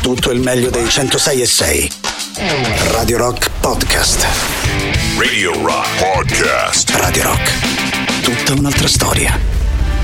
tutto il meglio dei 106.6. Radio Rock Podcast. Radio Rock Podcast. Radio Rock. Tutta un'altra storia.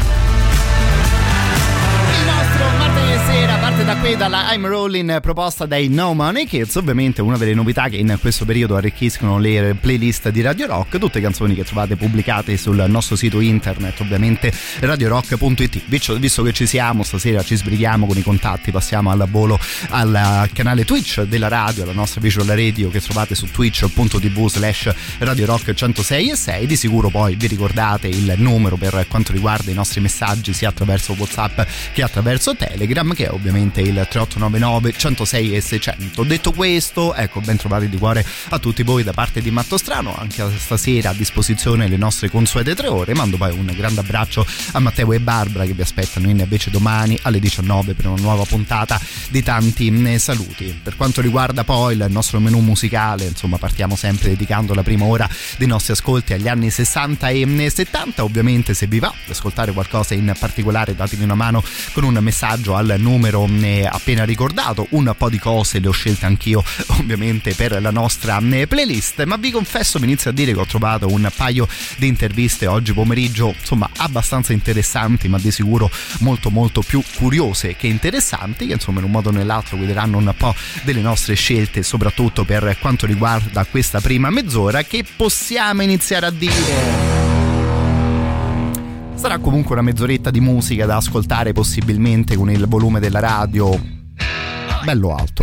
Sera parte da qui dalla I'm Rollin' proposta dai No Money Kids, ovviamente una delle novità che in questo periodo arricchiscono le playlist di Radio Rock, tutte canzoni che trovate pubblicate sul nostro sito internet, ovviamente radiorock.it. Visto che ci siamo stasera, ci sbrighiamo con i contatti, passiamo al volo al canale Twitch della radio, alla nostra visual radio che trovate su twitch.tv/Radio Rock 106.6. Di sicuro poi vi ricordate il numero per quanto riguarda i nostri messaggi sia attraverso WhatsApp che attraverso Telegram, che è ovviamente il 3899 106 e 600. Detto questo, ecco, ben trovati di cuore a tutti voi da parte di Matto Strano, anche stasera a disposizione le nostre consuete 3 ore. Mando poi un grande abbraccio a Matteo e Barbara che vi aspettano invece domani alle 19 per una nuova puntata di tanti saluti. Per quanto riguarda poi il nostro menù musicale, insomma, partiamo sempre dedicando la prima ora dei nostri ascolti agli anni 60 e 70. Ovviamente, se vi va di ascoltare qualcosa in particolare, datemi una mano con un messaggio al numero appena ricordato. Un po' di cose le ho scelte anch'io ovviamente per la nostra playlist, ma vi confesso, mi inizio a dire che ho trovato un paio di interviste oggi pomeriggio, insomma, abbastanza interessanti, ma di sicuro molto molto più curiose che interessanti, che insomma in un modo o nell'altro guideranno un po' delle nostre scelte, soprattutto per quanto riguarda questa prima mezz'ora. Che possiamo iniziare a dire? Sarà comunque una mezz'oretta di musica da ascoltare possibilmente con il volume della radio bello alto.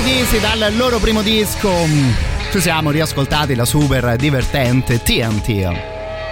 AC/DC dal loro primo disco. Ci siamo riascoltati la super divertente TNT,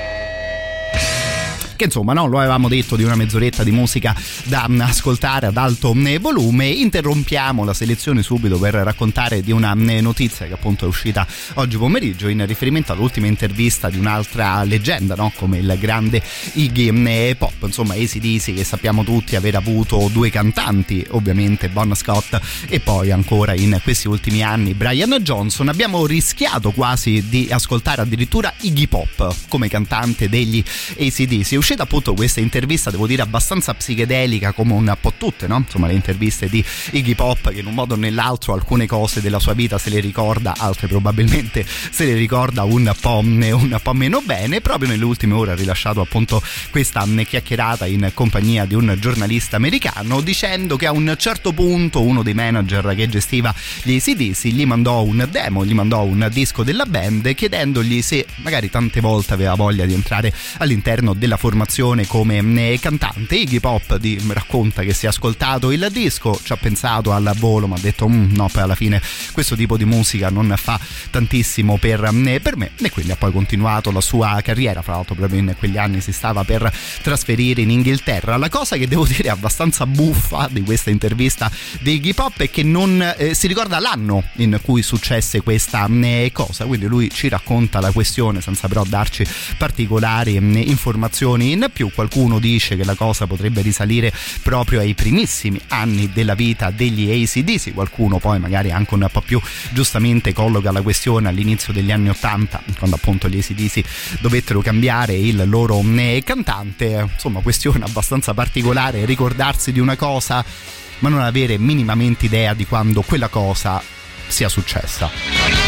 che insomma no, lo avevamo detto, di una mezz'oretta di musica da ascoltare ad alto volume. Interrompiamo la selezione subito per raccontare di una notizia che appunto è uscita oggi pomeriggio in riferimento all'ultima intervista di un'altra leggenda, no? Come il grande Iggy Pop, insomma AC/DC, che sappiamo tutti aver avuto due cantanti, ovviamente Bon Scott e poi ancora in questi ultimi anni Brian Johnson. Abbiamo rischiato quasi di ascoltare addirittura Iggy Pop come cantante degli AC/DC. Uscita appunto questa intervista, devo dire abbastanza psichedelica, come un po' tutte, no? Insomma, le interviste di Iggy Pop, che in un modo o nell'altro alcune cose della sua vita se le ricorda, altre probabilmente se le ricorda un po' meno bene. Proprio nelle ultime ore ha rilasciato appunto questa chiacchierata in compagnia di un giornalista americano, dicendo che a un certo punto uno dei manager che gestiva gli AC/DC gli mandò un demo, gli mandò un disco della band, chiedendogli se magari tante volte aveva voglia di entrare all'interno della formazione come cantante. Iggy Pop racconta che si è ascoltato il disco, ci ha pensato al volo, ma ha detto no, poi alla fine questo tipo di musica non fa tantissimo per me, e quindi ha poi continuato la sua carriera. Fra l'altro proprio in quegli anni si stava per trasferire in Inghilterra. La cosa che devo dire abbastanza buffa di questa intervista di Iggy Pop è che non si ricorda l'anno in cui successe questa cosa, quindi lui ci racconta la questione senza però darci particolari informazioni in più. Qualcuno dice che la cosa potrebbe risalire proprio ai primissimi anni della vita degli AC/DC, qualcuno poi magari anche un po' più giustamente colloca la questione all'inizio degli anni 80, quando appunto gli AC/DC dovettero cambiare il loro cantante. Insomma, questione abbastanza particolare, ricordarsi di una cosa ma non avere minimamente idea di quando quella cosa sia successa.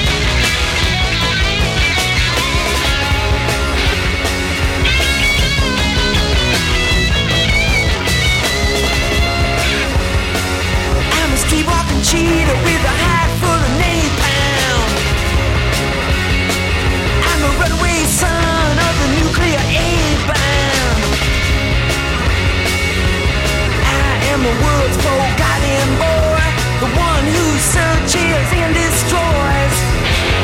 Cheetah with a hat full of napalm. I'm a runaway son of the nuclear A-bomb. I am the world's forgotten boy, the one who searches and destroys.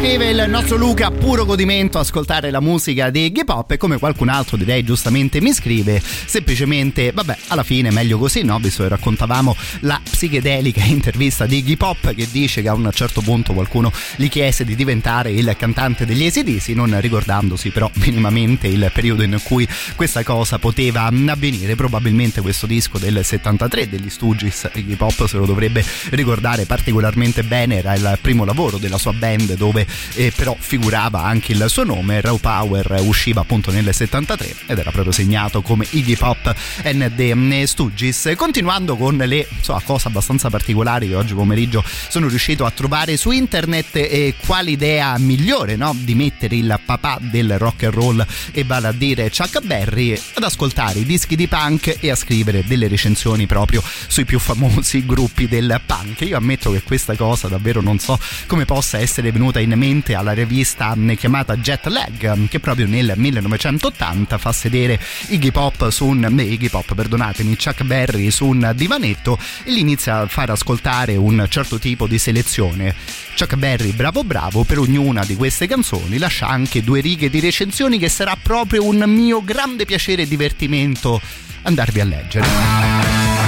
scrive il nostro Luca, puro godimento ascoltare la musica di Iggy Pop, e come qualcun altro direi giustamente mi scrive, semplicemente vabbè, alla fine meglio così, no? Visto che raccontavamo la psichedelica intervista di Iggy Pop, che dice che a un certo punto qualcuno gli chiese di diventare il cantante degli AC/DC, non ricordandosi però minimamente il periodo in cui questa cosa poteva avvenire. Probabilmente questo disco del 73 degli Stooges, Iggy Pop se lo dovrebbe ricordare particolarmente bene, era il primo lavoro della sua band dove però figurava anche il suo nome. Raw Power usciva appunto nel 73 ed era proprio segnato come Iggy Pop and the Stooges. Continuando con le cose abbastanza particolari che oggi pomeriggio sono riuscito a trovare su internet, quale idea migliore, no? Di mettere il papà del rock and roll, e vale a dire Chuck Berry, ad ascoltare i dischi di punk e a scrivere delle recensioni proprio sui più famosi gruppi del punk. Io ammetto che questa cosa davvero non so come possa essere venuta in mente alla rivista chiamata Jet Lag, che proprio nel 1980 fa sedere Chuck Berry su un divanetto e gli inizia a far ascoltare un certo tipo di selezione. Chuck Berry, bravo, per ognuna di queste canzoni lascia anche 2 righe di recensioni che sarà proprio un mio grande piacere e divertimento andarvi a leggere.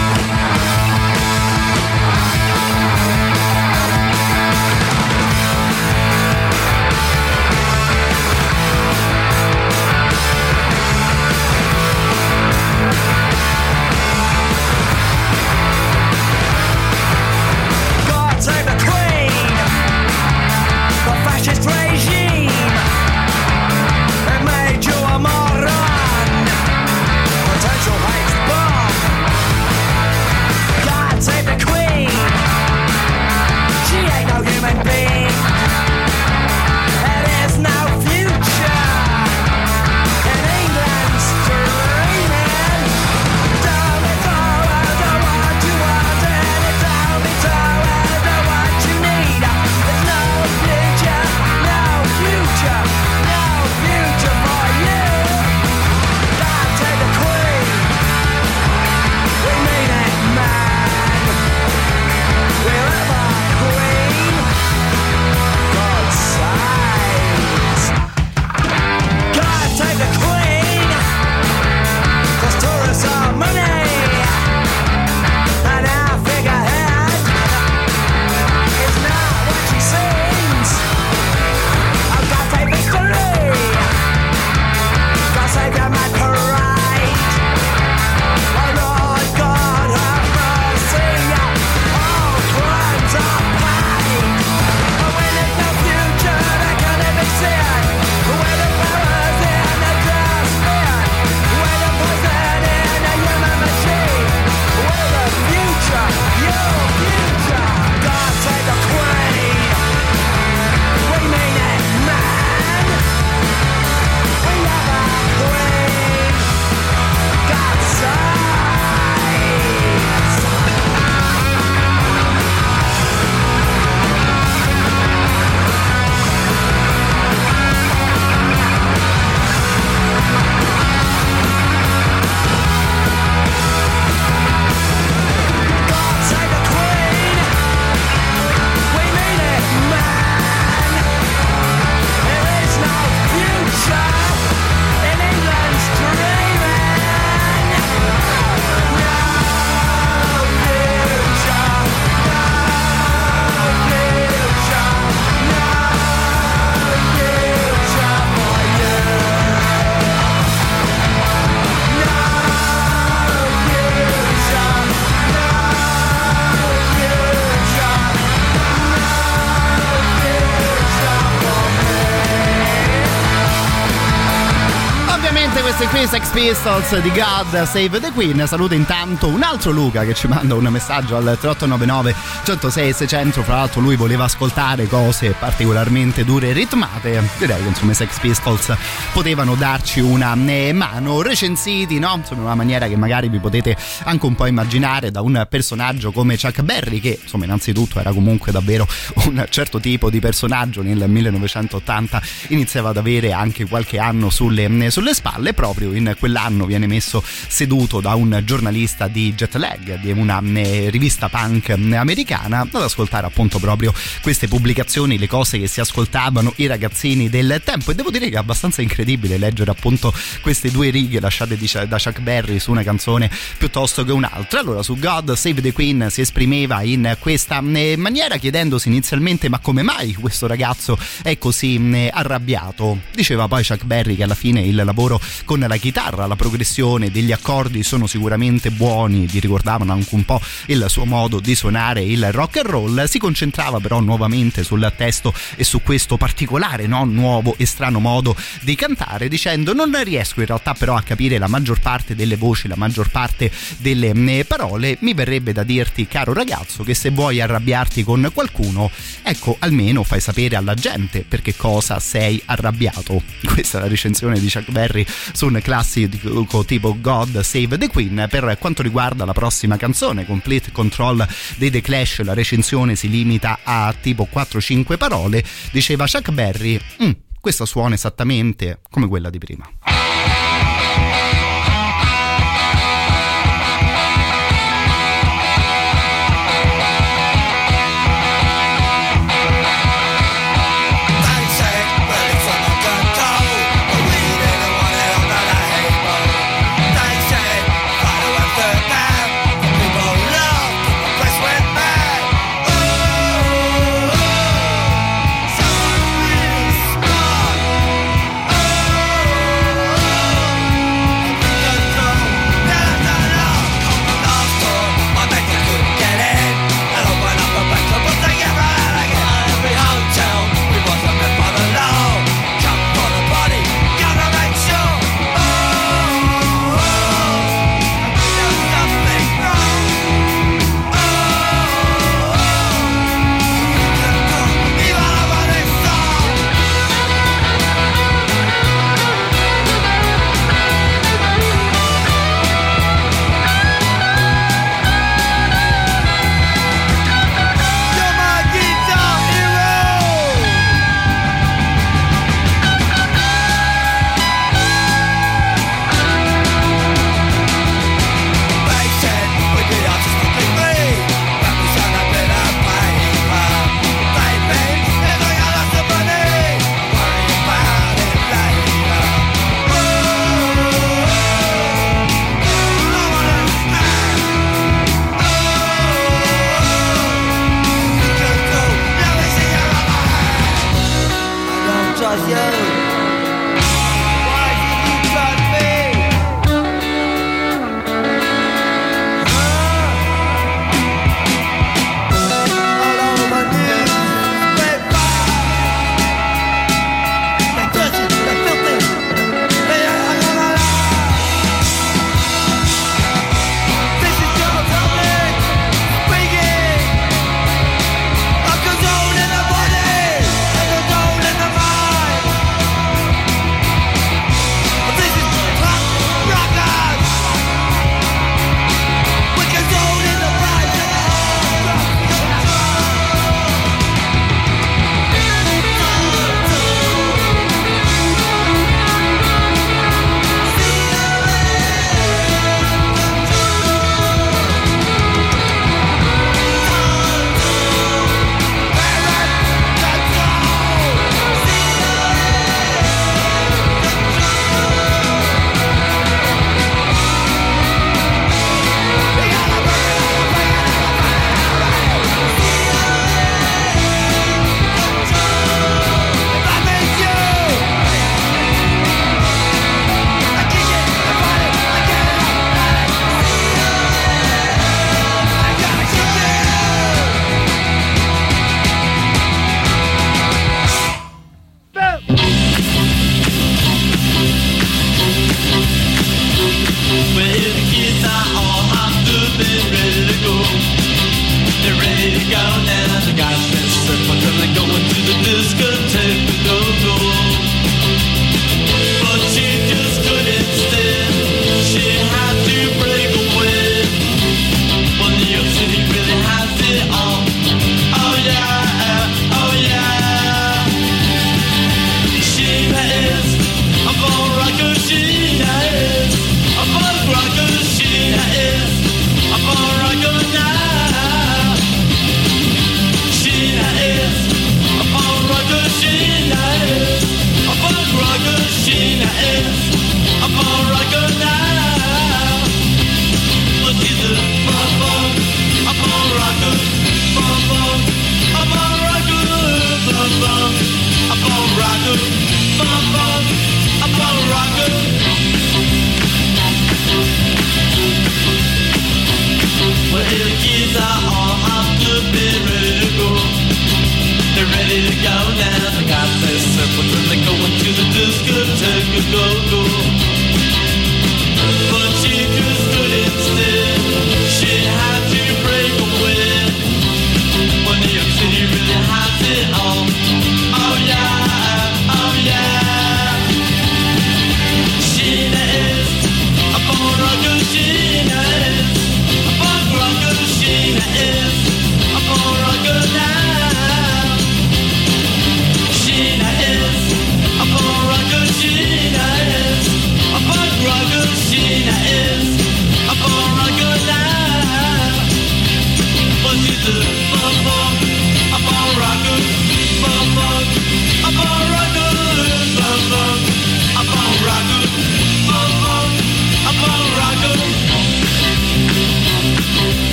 Sex Pistols di God Save the Queen. Saluto intanto un altro Luca che ci manda un messaggio al 3899 106 600. Fra l'altro lui voleva ascoltare cose particolarmente dure e ritmate. Direi che insomma i Sex Pistols potevano darci una mano, recensiti, no? Insomma, in una maniera che magari vi potete anche un po' immaginare da un personaggio come Chuck Berry, che insomma innanzitutto era comunque davvero un certo tipo di personaggio. Nel 1980 iniziava ad avere anche qualche anno sulle spalle, proprio proprio in quell'anno viene messo seduto da un giornalista di Jet Lag, di una rivista punk americana, ad ascoltare appunto proprio queste pubblicazioni, le cose che si ascoltavano i ragazzini del tempo. E devo dire che è abbastanza incredibile leggere appunto queste due righe lasciate da Chuck Berry su una canzone piuttosto che un'altra. Allora, su God Save the Queen si esprimeva in questa maniera, chiedendosi inizialmente ma come mai questo ragazzo è così arrabbiato. Diceva poi Chuck Berry che alla fine il lavoro con la chitarra, la progressione degli accordi sono sicuramente buoni, gli ricordavano anche un po' il suo modo di suonare il rock and roll. Si concentrava però nuovamente sul testo e su questo particolare, no, nuovo e strano modo di cantare, dicendo: non riesco in realtà però a capire la maggior parte delle voci, la maggior parte delle parole. Mi verrebbe da dirti, caro ragazzo, che se vuoi arrabbiarti con qualcuno, ecco, almeno fai sapere alla gente per che cosa sei arrabbiato. Questa è la recensione di Chuck Berry su un classico tipo God Save the Queen. Per quanto riguarda la prossima canzone, Complete Control dei The Clash, la recensione si limita a tipo 4-5 parole. Diceva Chuck Berry: questa suona esattamente come quella di prima. Oh,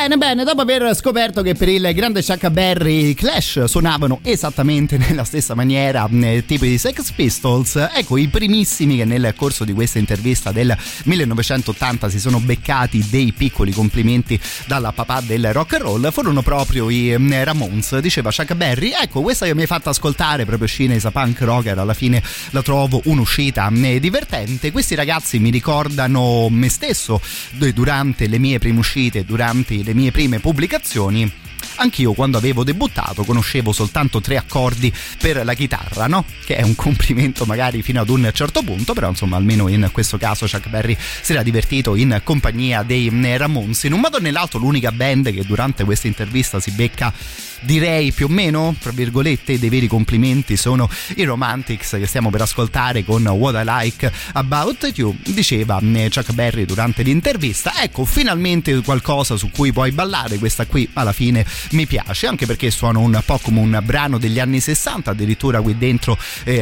Bene, dopo aver scoperto che per il grande Chuck Berry i Clash suonavano esattamente nella stessa maniera tipo i Sex Pistols, ecco i primissimi che nel corso di questa intervista del 1980 si sono beccati dei piccoli complimenti dalla papà del rock and roll furono proprio i Ramones. Diceva Chuck Berry: ecco, questa che mi hai fatto ascoltare, proprio cinese punk rocker, alla fine la trovo un'uscita divertente. Questi ragazzi mi ricordano me stesso durante le mie prime uscite, durante le mie prime pubblicazioni. Anch'io quando avevo debuttato conoscevo soltanto 3 accordi per la chitarra, no? Che è un complimento magari fino ad un certo punto, però insomma almeno in questo caso Chuck Berry si era divertito in compagnia dei Ramones. In un modo o nell'altro l'unica band che durante questa intervista si becca, direi più o meno, tra virgolette, dei veri complimenti sono i Romantics, che stiamo per ascoltare con What I Like About You. Diceva Chuck Berry durante l'intervista: ecco, finalmente qualcosa su cui puoi ballare, questa qui alla fine mi piace, anche perché suona un po' come un brano degli anni 60, addirittura qui dentro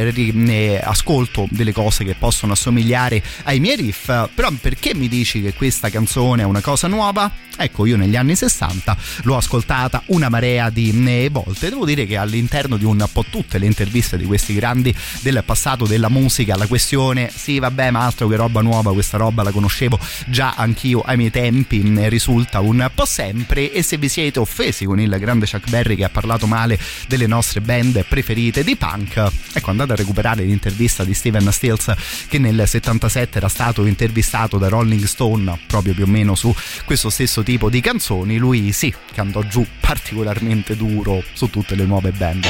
ascolto delle cose che possono assomigliare ai miei riff. Però perché mi dici che questa canzone è una cosa nuova? Ecco, io negli anni 60 l'ho ascoltata una marea di volte. Devo dire che all'interno di un po' tutte le interviste di questi grandi del passato della musica la questione sì vabbè ma altro che roba nuova, questa roba la conoscevo già anch'io ai miei tempi, risulta un po' sempre. E se vi siete offesi con il grande Chuck Berry che ha parlato male delle nostre band preferite di punk, ecco, andate a recuperare l'intervista di Stephen Stills che nel 77 era stato intervistato da Rolling Stone proprio più o meno su questo stesso tipo di canzoni. Lui sì che andò giù particolarmente duro su tutte le nuove band.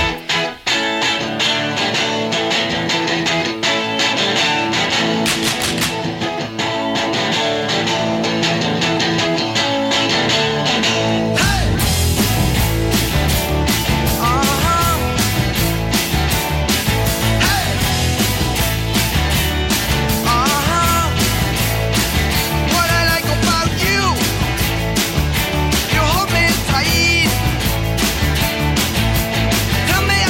Come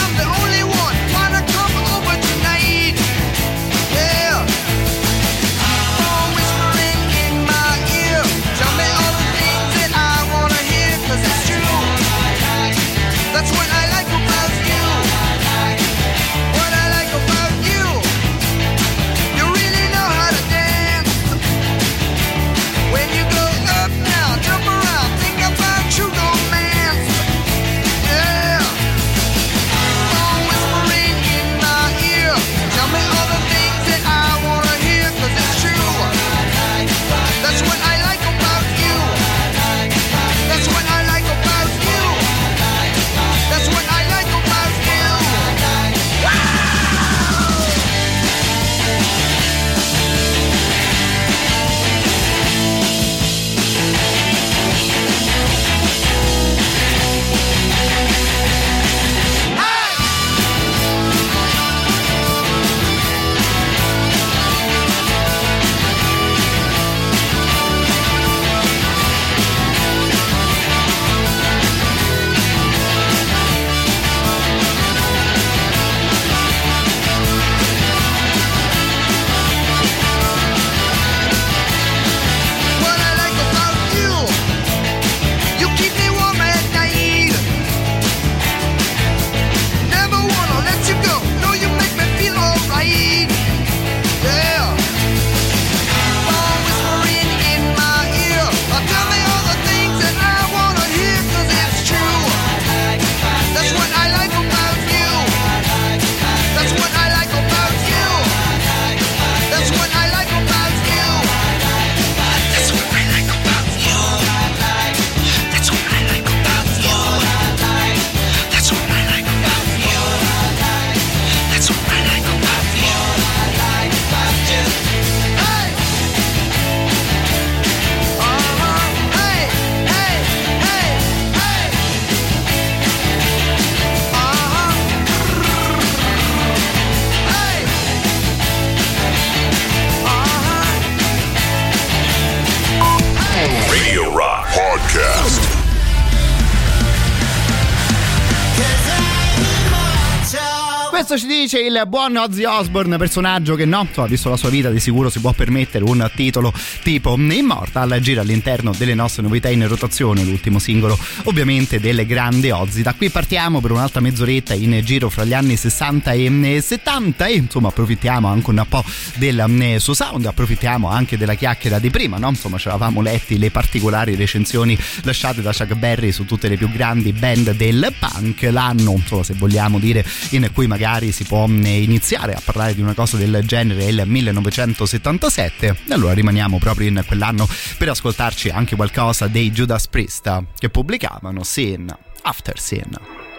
Questo ci dice il buon Ozzy Osbourne, personaggio che insomma, visto la sua vita di sicuro si può permettere un titolo tipo Immortal. Gira all'interno delle nostre novità in rotazione, l'ultimo singolo ovviamente del grande Ozzy. Da qui partiamo per un'altra mezz'oretta in giro fra gli anni 60 e 70 e insomma approfittiamo anche un po' del suo sound, approfittiamo anche della chiacchiera di prima, no? Insomma ci eravamo letti le particolari recensioni lasciate da Chuck Berry su tutte le più grandi band del punk. L'anno, insomma, se vogliamo dire, in cui magari si può iniziare a parlare di una cosa del genere è il 1977, e allora rimaniamo proprio in quell'anno per ascoltarci anche qualcosa dei Judas Priest, che pubblicavano Sin After Sin.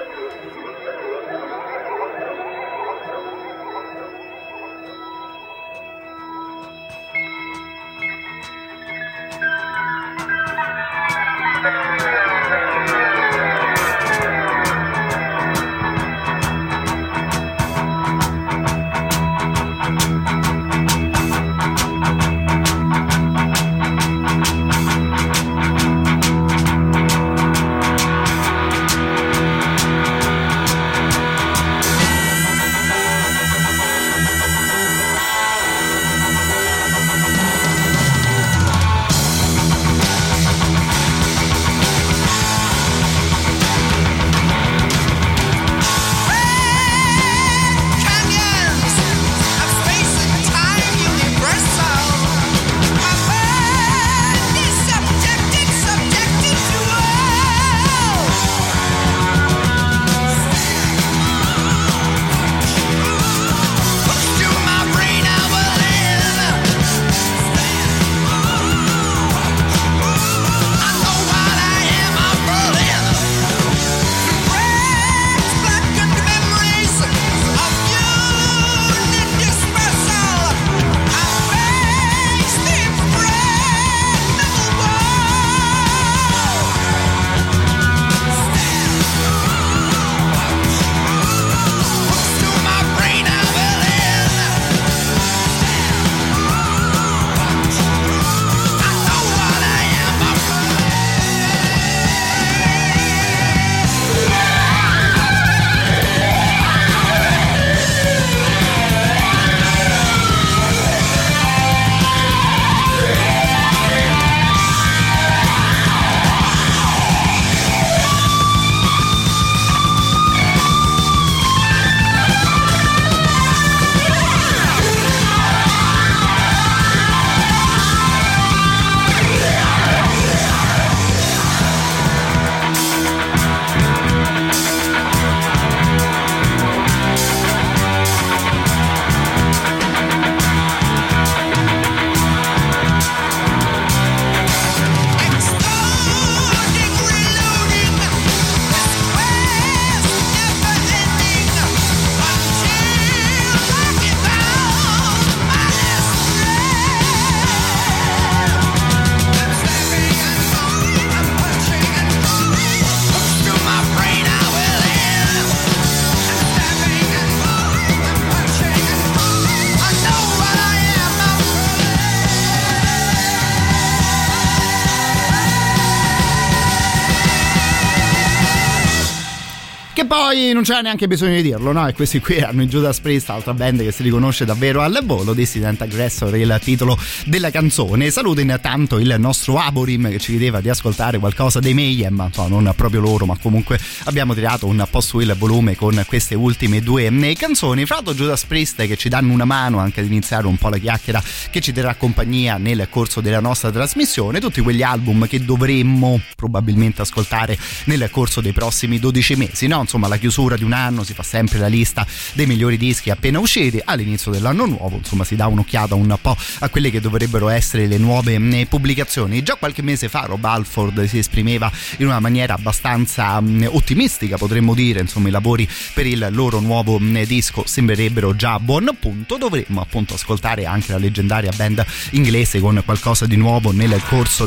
Che poi non c'era neanche bisogno di dirlo, no? E questi qui erano i Judas Priest, altra band che si riconosce davvero al volo. Dissident Aggressor, il titolo della canzone. Saluto intanto il nostro Aborim che ci chiedeva di ascoltare qualcosa dei Mayhem, ma no, non proprio loro, ma comunque abbiamo tirato un po' su il volume con queste ultime due canzoni. Fra l'altro Judas Priest che ci danno una mano anche ad iniziare un po' la chiacchiera che ci terrà compagnia nel corso della nostra trasmissione, tutti quegli album che dovremmo probabilmente ascoltare nel corso dei prossimi 12 mesi, no? Insomma, la chiusura di un anno si fa sempre la lista dei migliori dischi appena usciti, all'inizio dell'anno nuovo insomma si dà un'occhiata un po' a quelle che dovrebbero essere le nuove pubblicazioni. Già qualche mese fa Rob Halford si esprimeva in una maniera abbastanza ottimistica, potremmo dire, insomma i lavori per il loro nuovo disco sembrerebbero già a buon punto. Dovremmo appunto ascoltare anche la leggendaria band inglese con qualcosa di nuovo nel corso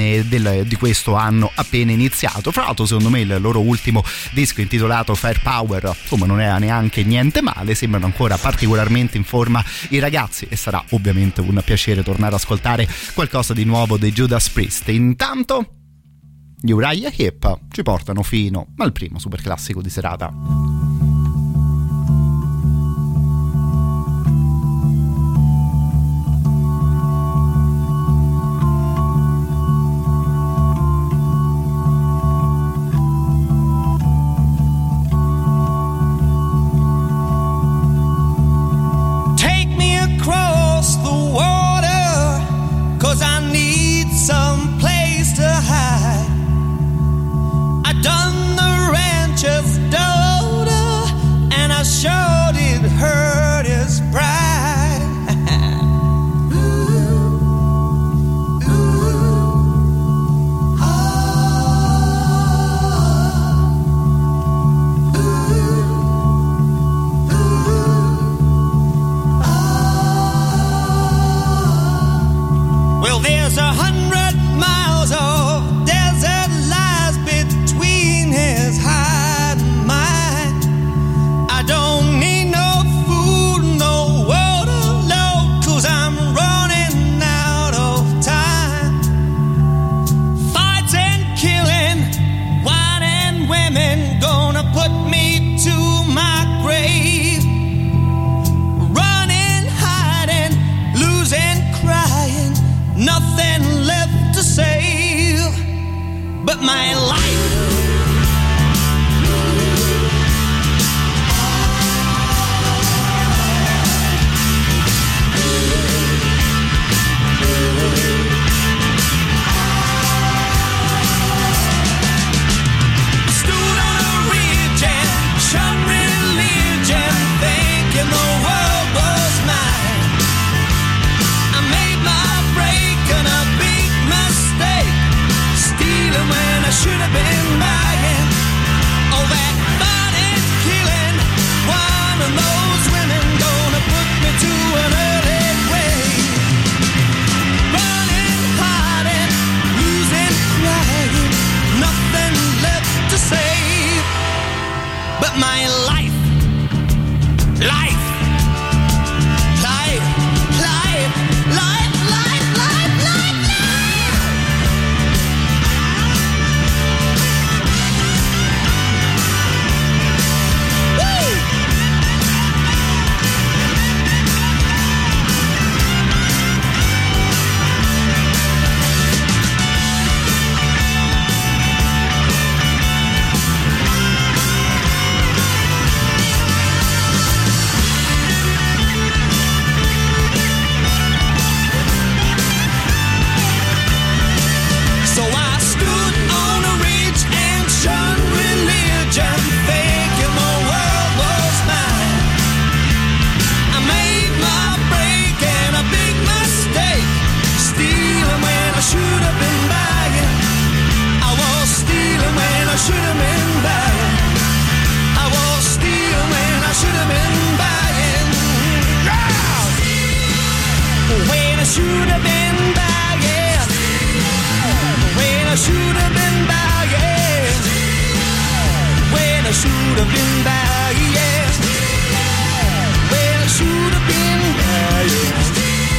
di questo anno appena iniziato. Fra l'altro secondo me il loro ultimo disco intitolato Firepower insomma non era neanche niente male, sembrano ancora particolarmente in forma i ragazzi e sarà ovviamente un piacere tornare ad ascoltare qualcosa di nuovo dei Judas Priest. Intanto gli Uriah Heep ci portano fino al primo super classico di serata. but my life. Should have been buying all that body killing. One of those women gonna put me to an early grave. Running hard and losing, crying, nothing left to save but my life, life, life, life, life, life, life, life. Should have been buying. I was stealing when I should have been buying. When I should have been buying. When I should have been buying. When I should have been buying. When I should have been buying.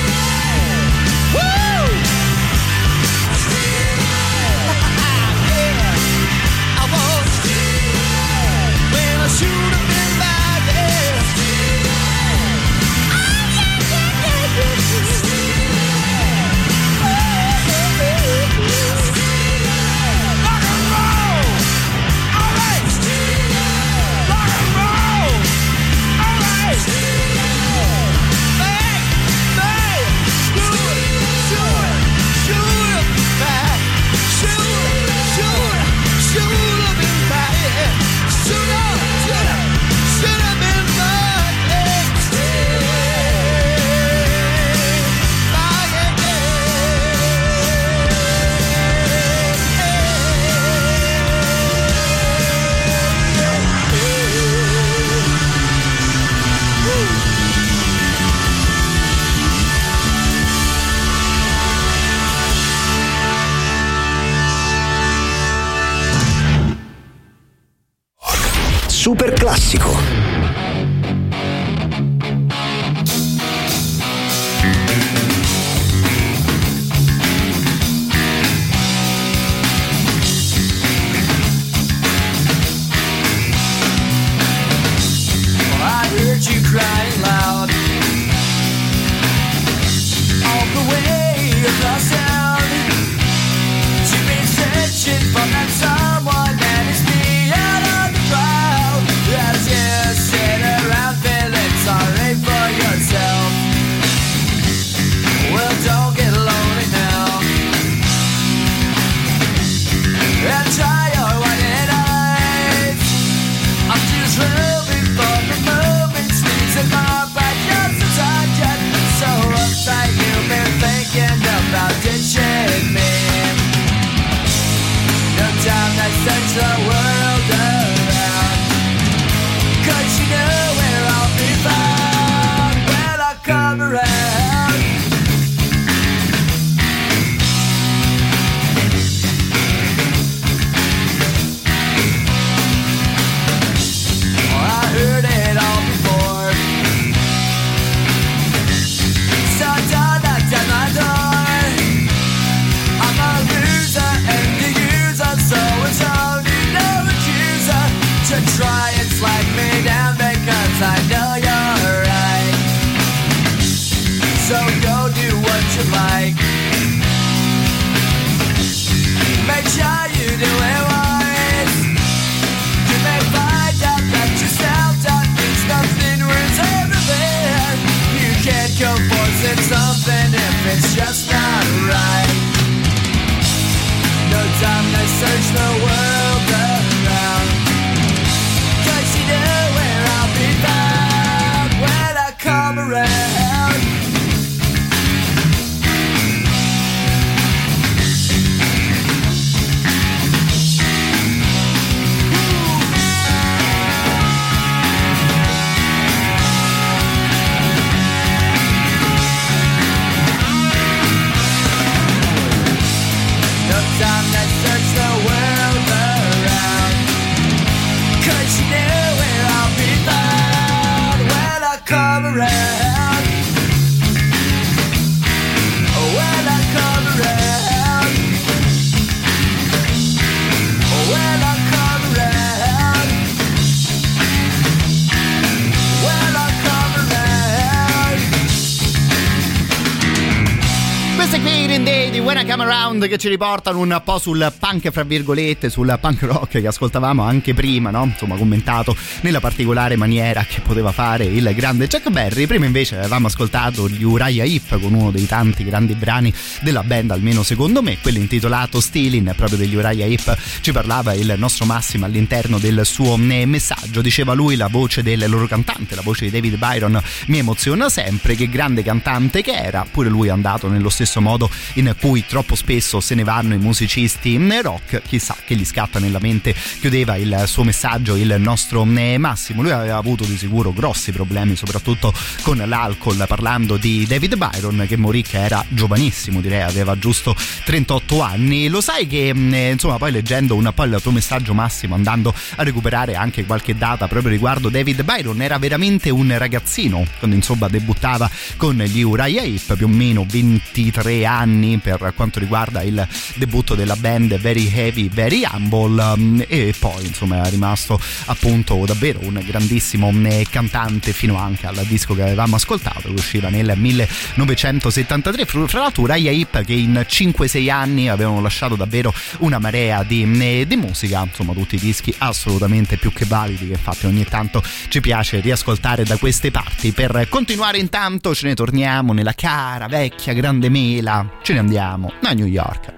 Should have been by there. Rock and roll, all right. Rock and roll, all right. Hey, hey, shoot it back, shoot have been by there. Shoot up. Should have been Super classico. I heard you crying loud all the way across town. You've been searching for that someone that is me out of the crowd. As you sit around feeling sorry for yourself. Well, don't get lonely now. And try your white eyes. I'm just hoping for the moment sleeps in my back. You're so tired, so uptight. You've been thinking about ditching me. No time that sends the world around. 'Cause you know where I'll be found when I come around. I heard it all before. So don't knock down my door. I'm a loser and the user, so it's only no the world around. 'Cause you know where I'll be found when I come around. Time to search the world around. 'Cause you know where I'll be found when I come around. When I come around. When I come around. When I come around. Queste qui Green Day di When I Come Around, che ci riportano un po' sul punk, fra virgolette, sul punk rock che ascoltavamo anche prima, no? Insomma, commentato nella particolare maniera che poteva fare il grande Chuck Berry. Prima invece avevamo ascoltato gli Uriah Heep con uno dei tanti grandi brani della band, almeno secondo me, quello intitolato Stealing, proprio degli Uriah Heep. Ci parlava il nostro Massimo all'interno del suo messaggio. Diceva lui: la voce del loro cantante, la voce di David Byron, mi emoziona sempre, che grande cantante che era. Pure lui è andato nello stesso modo in cui troppo spesso se ne vanno i musicisti rock, chissà che gli scatta nella mente, chiudeva il suo messaggio il nostro Massimo. Lui aveva avuto di sicuro grossi problemi soprattutto con l'alcol, parlando di David Byron che morì che era giovanissimo, direi aveva giusto 38 anni. Lo sai che insomma, poi leggendo un po' il tuo messaggio, Massimo, andando a recuperare anche qualche data proprio riguardo David Byron, era veramente un ragazzino quando insomma debuttava con gli Uriah Heep, più o meno 23 anni per quanto riguarda il debutto della band Very Heavy Very Humble, e poi insomma è rimasto appunto davvero un grandissimo cantante fino anche al disco che avevamo ascoltato, che usciva nel 1973. Fra l'altro Uriah Heep che in 5-6 anni avevano lasciato davvero una marea di musica, insomma tutti i dischi assolutamente più che validi, che infatti ogni tanto ci piace riascoltare da queste parti. Per continuare intanto ce ne torniamo nella cara vecchia grande mela, ce ne andiamo a New York.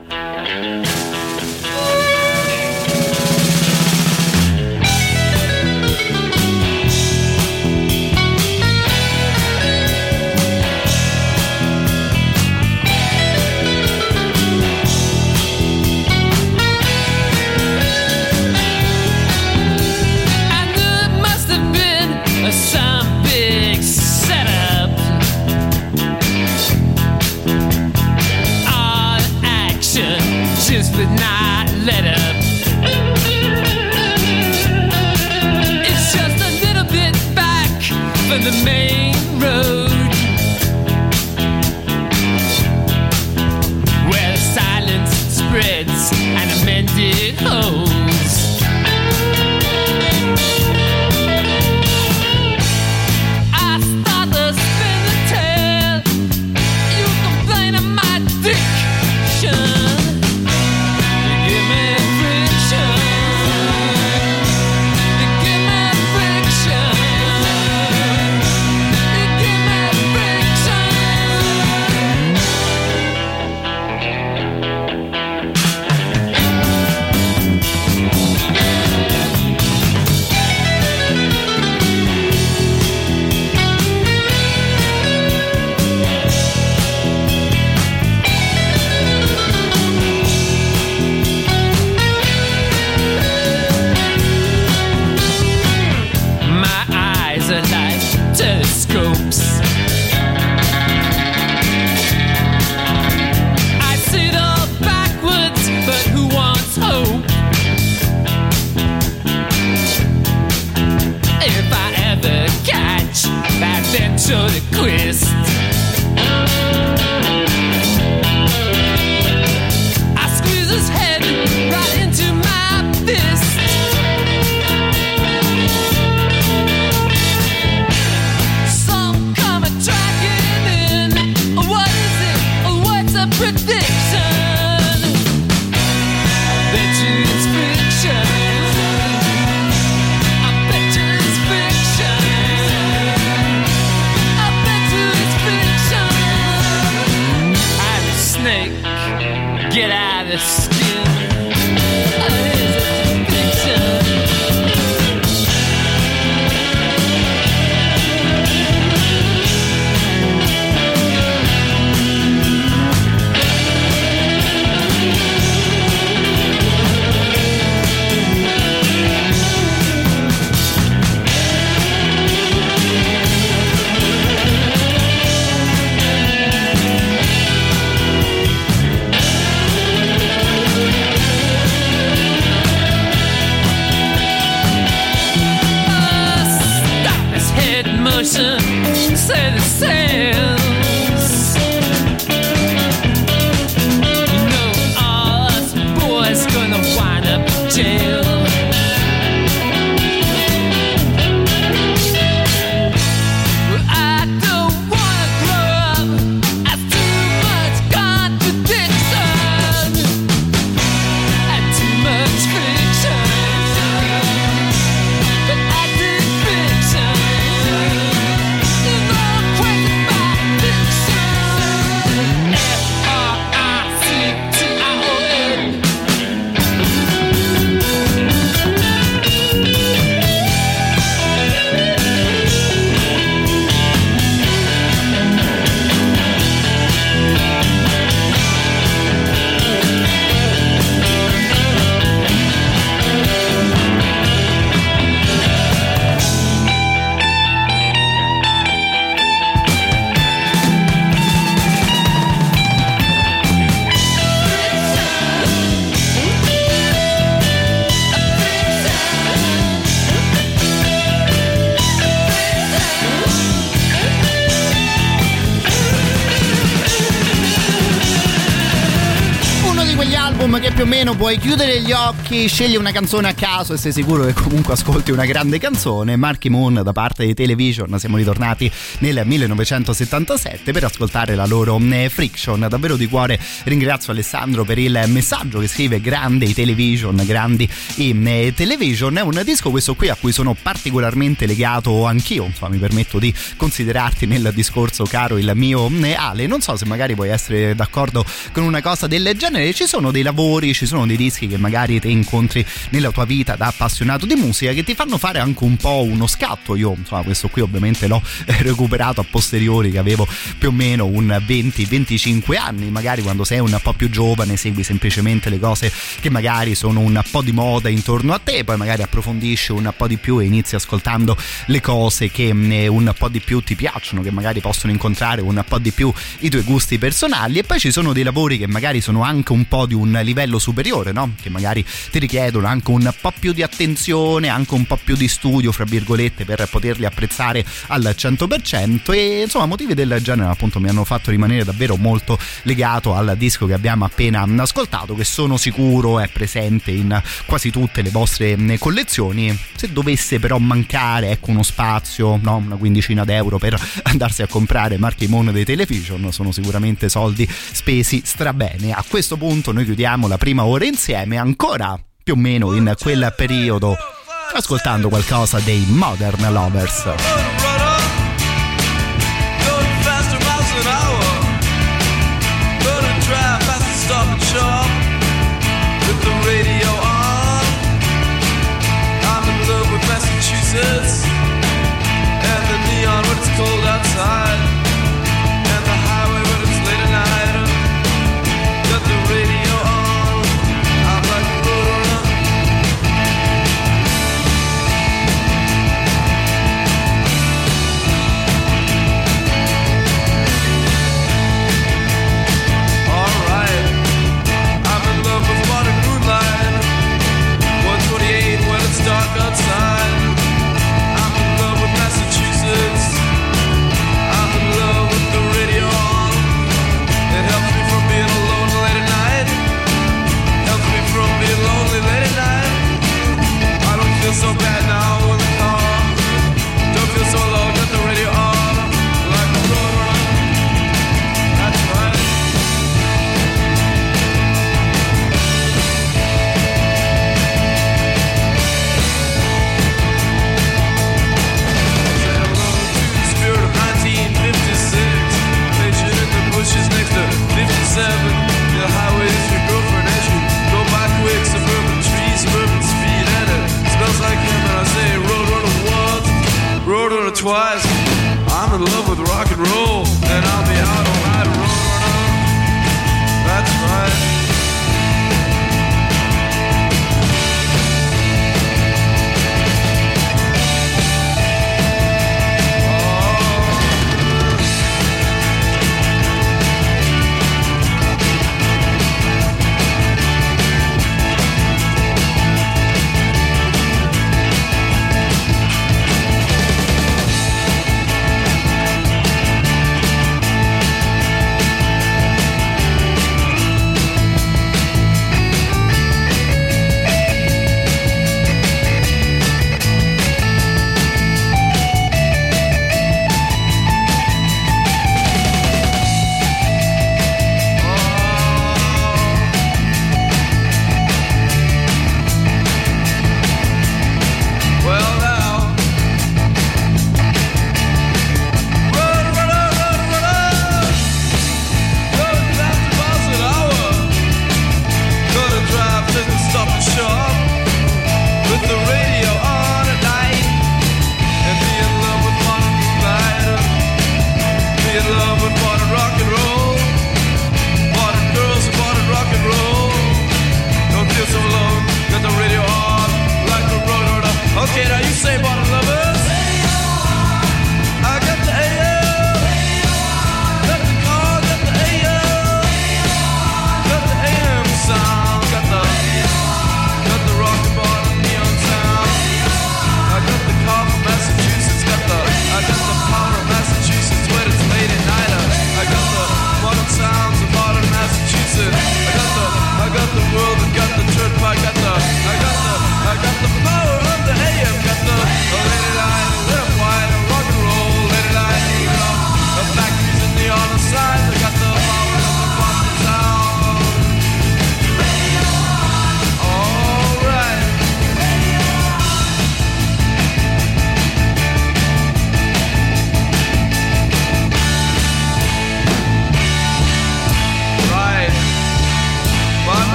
Some big setup, all action just said it says. You know all us boys gonna wind up in jail. Well, I don't wanna grow up. That's too much contradiction and too much fiction. But I did fiction. You know I'm crazy about fiction. F-R-I-C-T-I-O-N. Uno di quegli album che più o meno puoi chiudere gli occhi, scegli una canzone a caso e sei sicuro che comunque ascolti una grande canzone. Marky Moon da parte di Television. Siamo ritornati nel 1977 per ascoltare la loro Friction. Davvero di cuore ringrazio Alessandro per il messaggio che scrive: grande i Television, grandi i Television. È un disco questo qui a cui sono particolarmente legato anch'io, insomma mi permetto di considerarti nel discorso caro il mio Ale. Non so se magari puoi essere d'accordo con una cosa del genere. Ci sono dei lavori, ci sono dei dischi che magari te incontri nella tua vita da appassionato di musica che ti fanno fare anche un po' uno scatto. Io insomma questo qui ovviamente l'ho recuperato a posteriori, che avevo più o meno un 20-25 anni. Magari quando sei un po' più giovane segui semplicemente le cose che magari sono un po' di moda intorno a te, poi magari approfondisci un po' di più e inizi ascoltando le cose che un po' di più ti piacciono, che magari possono incontrare un po' di più i tuoi gusti personali. E poi ci sono dei lavori che magari sono anche un po' di un livello superiore, no? Che magari ti richiedono anche un po' più di attenzione, anche un po' più di studio, fra virgolette, per poterli apprezzare al 100%. E insomma motivi del genere appunto mi hanno fatto rimanere davvero molto legato al disco che abbiamo appena ascoltato, che sono sicuro è presente in quasi tutte le vostre collezioni. Se dovesse però mancare, ecco, uno spazio, no? Una quindicina d'euro per andarsi a comprare Marky Moon dei Television, sono sicuramente soldi spesi strabene. A questo punto noi chiudiamo la prima ora insieme, ancora più o meno in quel periodo, ascoltando qualcosa dei Modern Lovers. Massachusetts and the neon when it's cold outside and the highway when it's late at night. Got the radio on, I'm like a roadrunner. Alright, I'm in love with modern moonlight. 128 when it's dark outside. Massachusetts, I'm in love with the radio on. It helps me from being alone late at night. Helps me from being lonely late at night. I don't feel so bad now in the car. Don't feel so alone, got the radio on. Like a roadrunner. That's right. Bushes next to 57. The highway is your girlfriend as you go by quick. Suburban trees, suburban speed, and it smells like him. And I say roadrunner once, roadrunner twice. I'm in love with rock and roll, and I'll be out all night, roadrunner. That's right.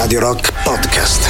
Radio Rock Podcast.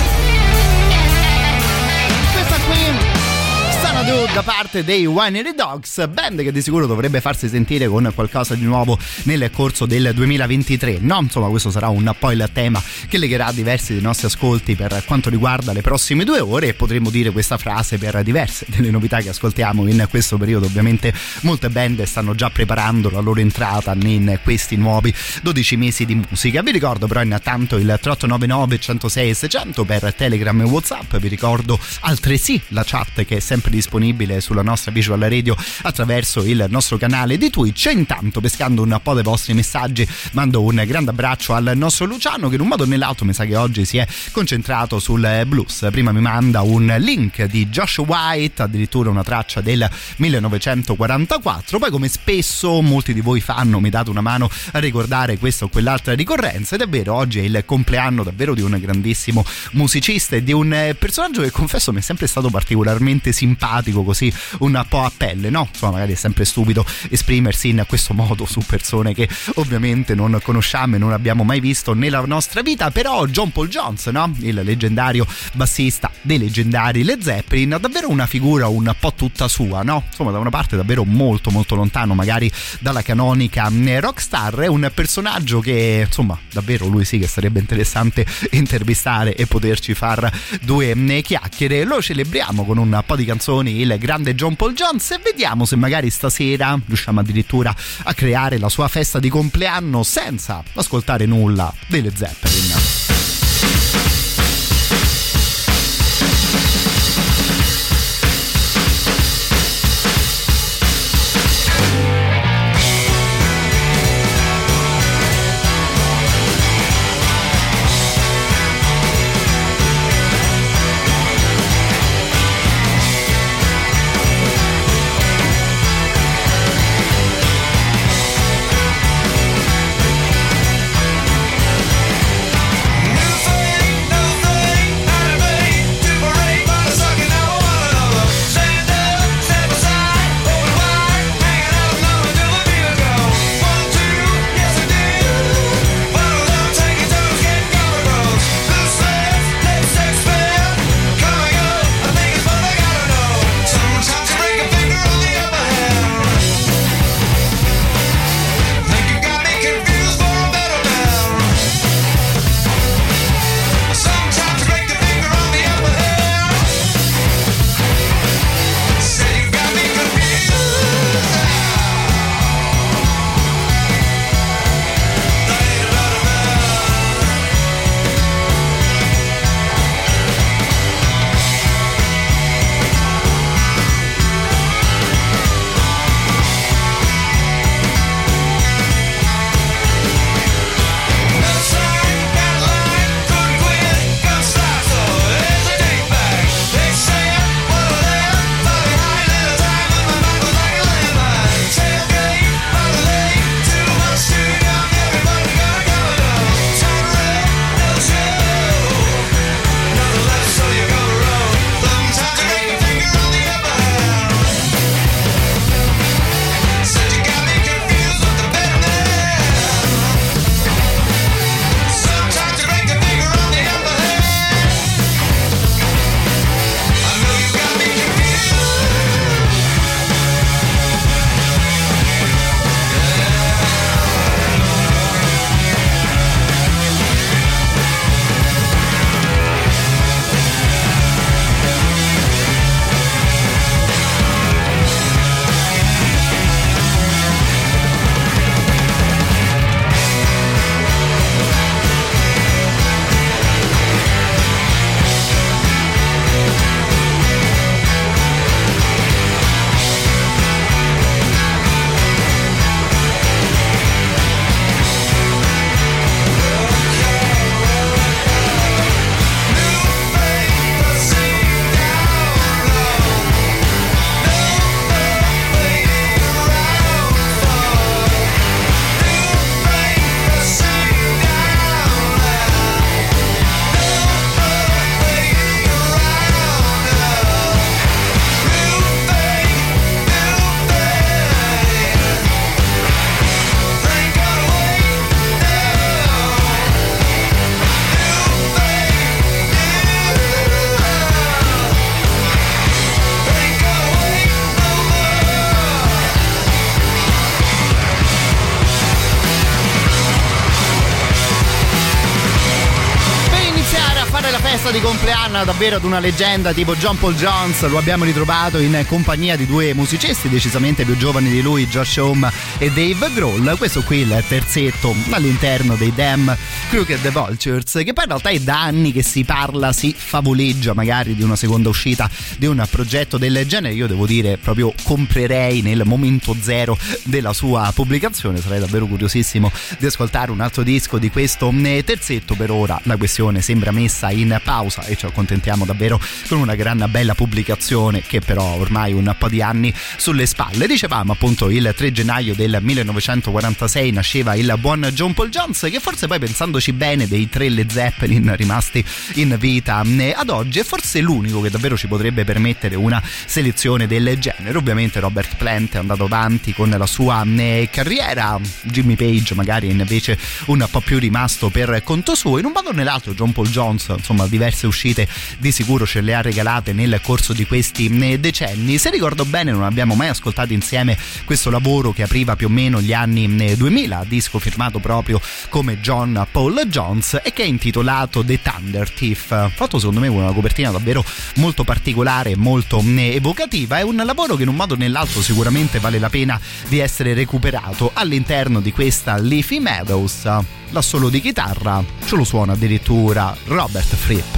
Questa qui, Xanadu, da parte dei Winery Dogs, band che di sicuro dovrebbe farsi sentire con qualcosa di nuovo nel corso del 2023, no? Insomma, questo sarà un po' il tema che legherà diversi dei nostri ascolti per quanto riguarda le prossime 2 ore, e potremmo dire questa frase per diverse delle novità che ascoltiamo in questo periodo. Ovviamente molte band stanno già preparando la loro entrata in questi nuovi 12 mesi di musica. Vi ricordo però intanto il 3899 106 600 per Telegram e WhatsApp. Vi ricordo altresì la chat che è sempre disponibile sulla nostra Visual Radio attraverso il nostro canale di Twitch. E intanto, pescando un po' dei vostri messaggi, mando un grande abbraccio al nostro Luciano, che in un modo o nell'altro mi sa che oggi si è concentrato sul blues. Prima mi manda un link di Josh White, addirittura una traccia del 1944. Poi, come spesso molti di voi fanno, mi date una mano a ricordare questa o quell'altra ricorrenza, ed è vero, oggi è il compleanno davvero di un grandissimo musicista e di un personaggio che, confesso, mi è sempre stato particolarmente simpatico, così un po' a pelle, no? Insomma, magari è sempre stupido esprimersi in questo modo su persone che ovviamente non conosciamo e non abbiamo mai visto nella nostra vita, però John Paul Jones, no? Il leggendario bassista dei leggendari Led Zeppelin, davvero una figura un po' tutta sua, no? Insomma, da una parte davvero molto molto lontano magari dalla canonica rockstar, è un personaggio che, insomma, davvero lui sì che sarebbe interessante intervistare e poterci far 2 chiacchiere. Lo celebriamo con un po' di canzoni, il grande John Paul Jones, e vediamo se magari stasera riusciamo addirittura a creare la sua festa di compleanno senza ascoltare nulla dei Led Zeppelin. Thank fare la festa di compleanno davvero ad una leggenda tipo John Paul Jones. Lo abbiamo ritrovato in compagnia di due musicisti decisamente più giovani di lui, Josh Homme e Dave Grohl. Questo qui è il terzetto all'interno dei Damn Crooked Vultures, che poi in realtà è da anni che si parla, si favoleggia magari di una seconda uscita di un progetto del genere. Io devo dire proprio comprerei nel momento zero della sua pubblicazione, sarei davvero curiosissimo di ascoltare un altro disco di questo terzetto. Per ora la questione sembra messa in pausa e ci accontentiamo davvero con una gran bella pubblicazione che però ormai un po' di anni sulle spalle. Dicevamo appunto il 3 gennaio del 1946 nasceva il buon John Paul Jones, che forse poi, pensandoci bene, dei tre Led Zeppelin rimasti in vita ad oggi è forse l'unico che davvero ci potrebbe permettere una selezione del genere. Ovviamente Robert Plant è andato avanti con la sua carriera, Jimmy Page magari invece un po' più rimasto per conto suo. In un modo o nell'altro John Paul Jones, insomma, diverse uscite di sicuro ce le ha regalate nel corso di questi decenni. Se ricordo bene non abbiamo mai ascoltato insieme questo lavoro che apriva più o meno gli anni 2000, disco firmato proprio come John Paul Jones e che è intitolato The Thunder Thief, fatto secondo me con una copertina davvero molto particolare, molto evocativa. È un lavoro che in un modo o nell'altro sicuramente vale la pena di essere recuperato all'interno di questa Leafy Meadows. L'assolo di chitarra ce lo suona addirittura Robert Fripp.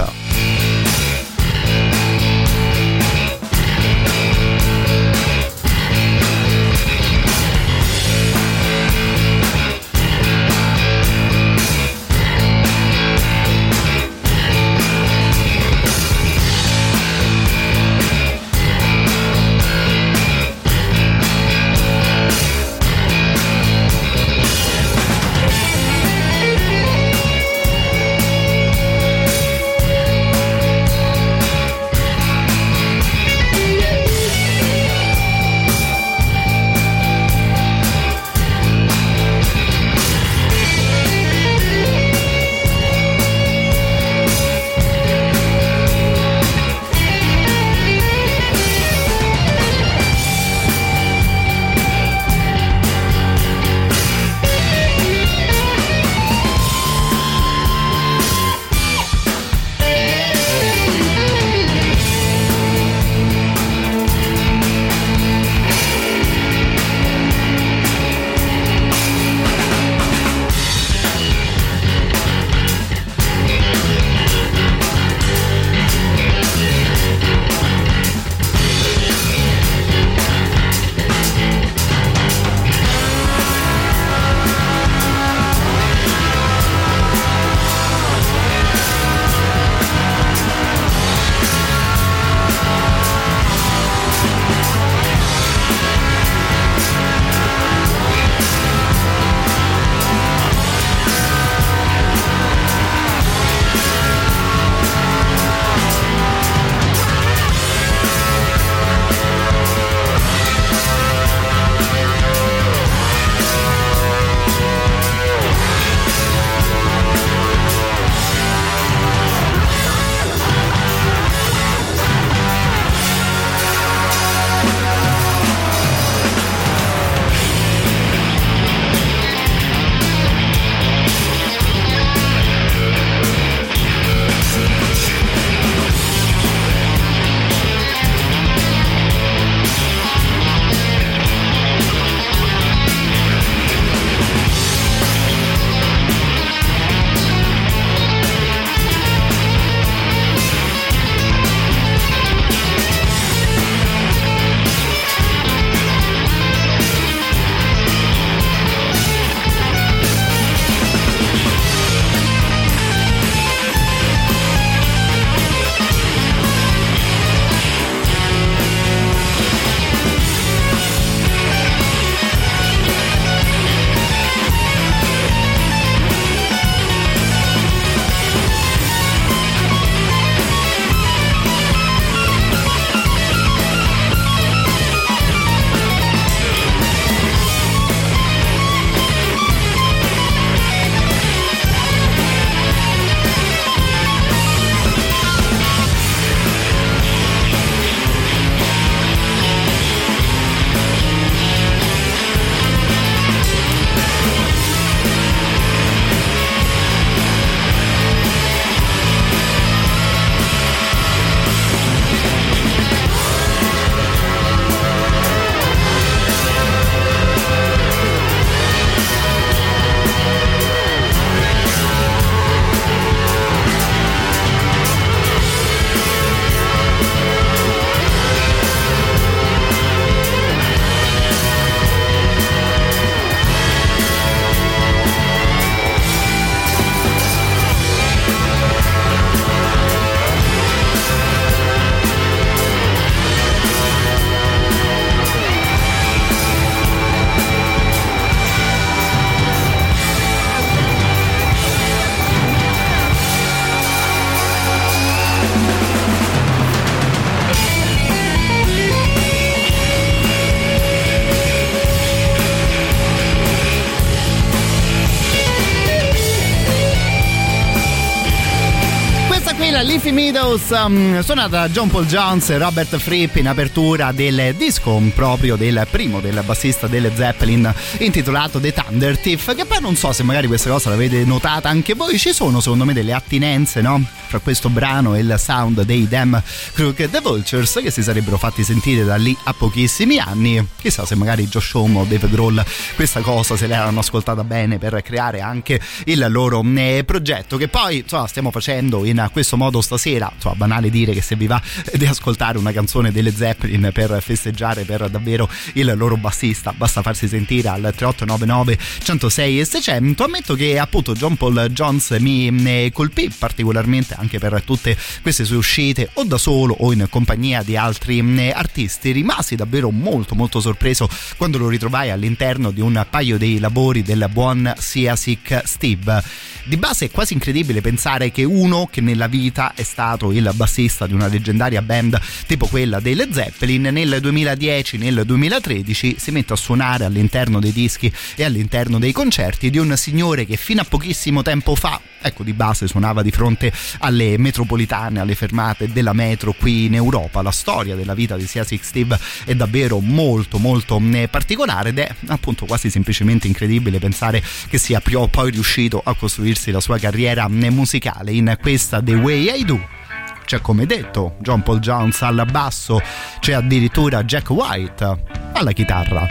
2000 Leafy Meadows, suonata da John Paul Jones e Robert Fripp in apertura del disco proprio del primo del bassista delle Zeppelin intitolato The Thunder Thief, che poi non so se magari questa cosa l'avete notata anche voi, ci sono secondo me delle attinenze, no? Fra questo brano e il sound dei Damn Crooked Vultures, che si sarebbero fatti sentire da lì a pochissimi anni. Chissà se magari Josh Homme o Dave Grohl questa cosa se l'erano ascoltata bene per creare anche il loro progetto, che poi insomma stiamo facendo in questo modo stasera. Insomma, banale dire che se vi va di ascoltare una canzone delle Zeppelin per festeggiare per davvero il loro bassista basta farsi sentire al 3899 106 e 600. Ammetto che appunto John Paul Jones mi colpì particolarmente anche per tutte queste sue uscite o da solo o in compagnia di altri artisti. Rimasi davvero molto molto sorpreso quando lo ritrovai all'interno di un paio dei lavori del buon Seasick Steve. Di base è quasi incredibile pensare che uno che nella vita è stato il bassista di una leggendaria band tipo quella delle Zeppelin nel 2010, nel 2013 si mette a suonare all'interno dei dischi e all'interno dei concerti di un signore che fino a pochissimo tempo fa, ecco, di base suonava di fronte alle metropolitane, alle fermate della metro qui in Europa. La storia della vita di Seasick Steve è davvero molto molto particolare ed è appunto quasi semplicemente incredibile pensare che sia poi riuscito a costruirsi la sua carriera musicale. In questa The Way I Do c'è, come detto, John Paul Jones al basso, c'è addirittura Jack White alla chitarra.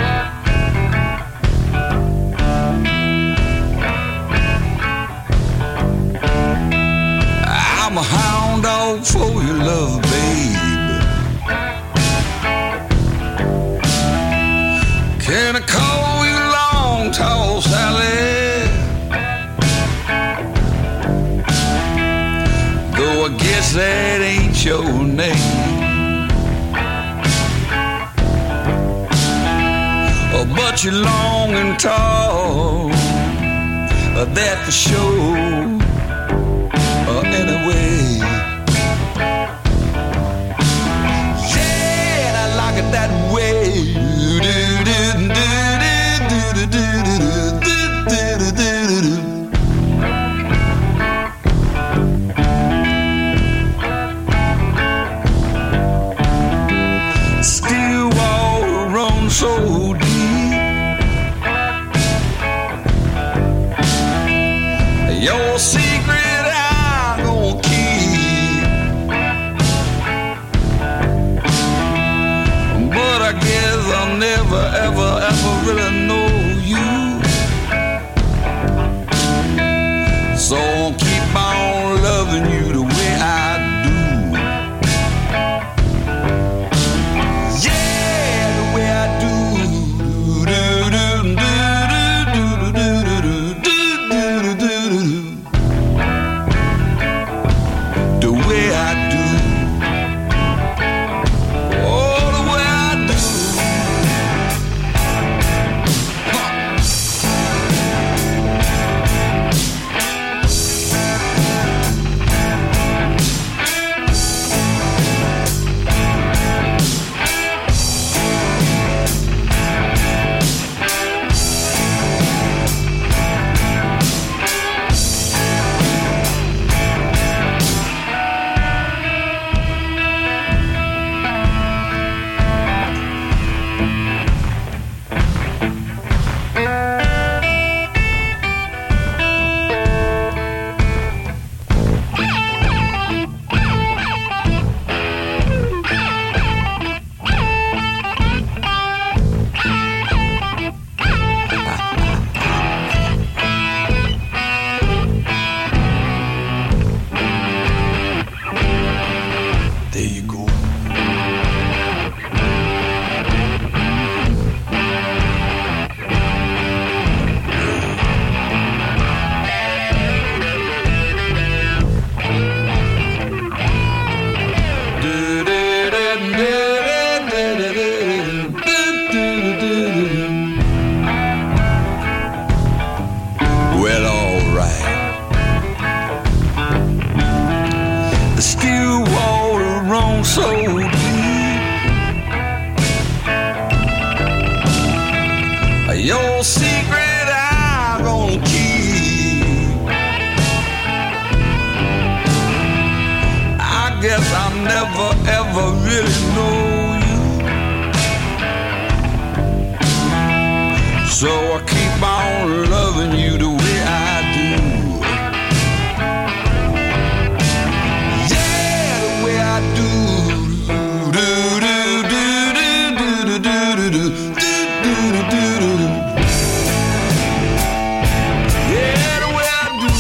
I'm a hound dog for your love, babe. Can I call you Long Tall Sally? Though I guess that ain't your name. Oh, but you're long and tall, that for sure. Anyway, yeah, I like it that way. Still water runs so deep. Your secret I guess I'll never, ever, ever really know you. So I'll keep on loving you the way I do. Yeah, the way I do. The way I do. never ever really know you. So I keep on loving you the way I do. Yeah, the way I do. Do do do do do do do do do do do do. Yeah, the way I do.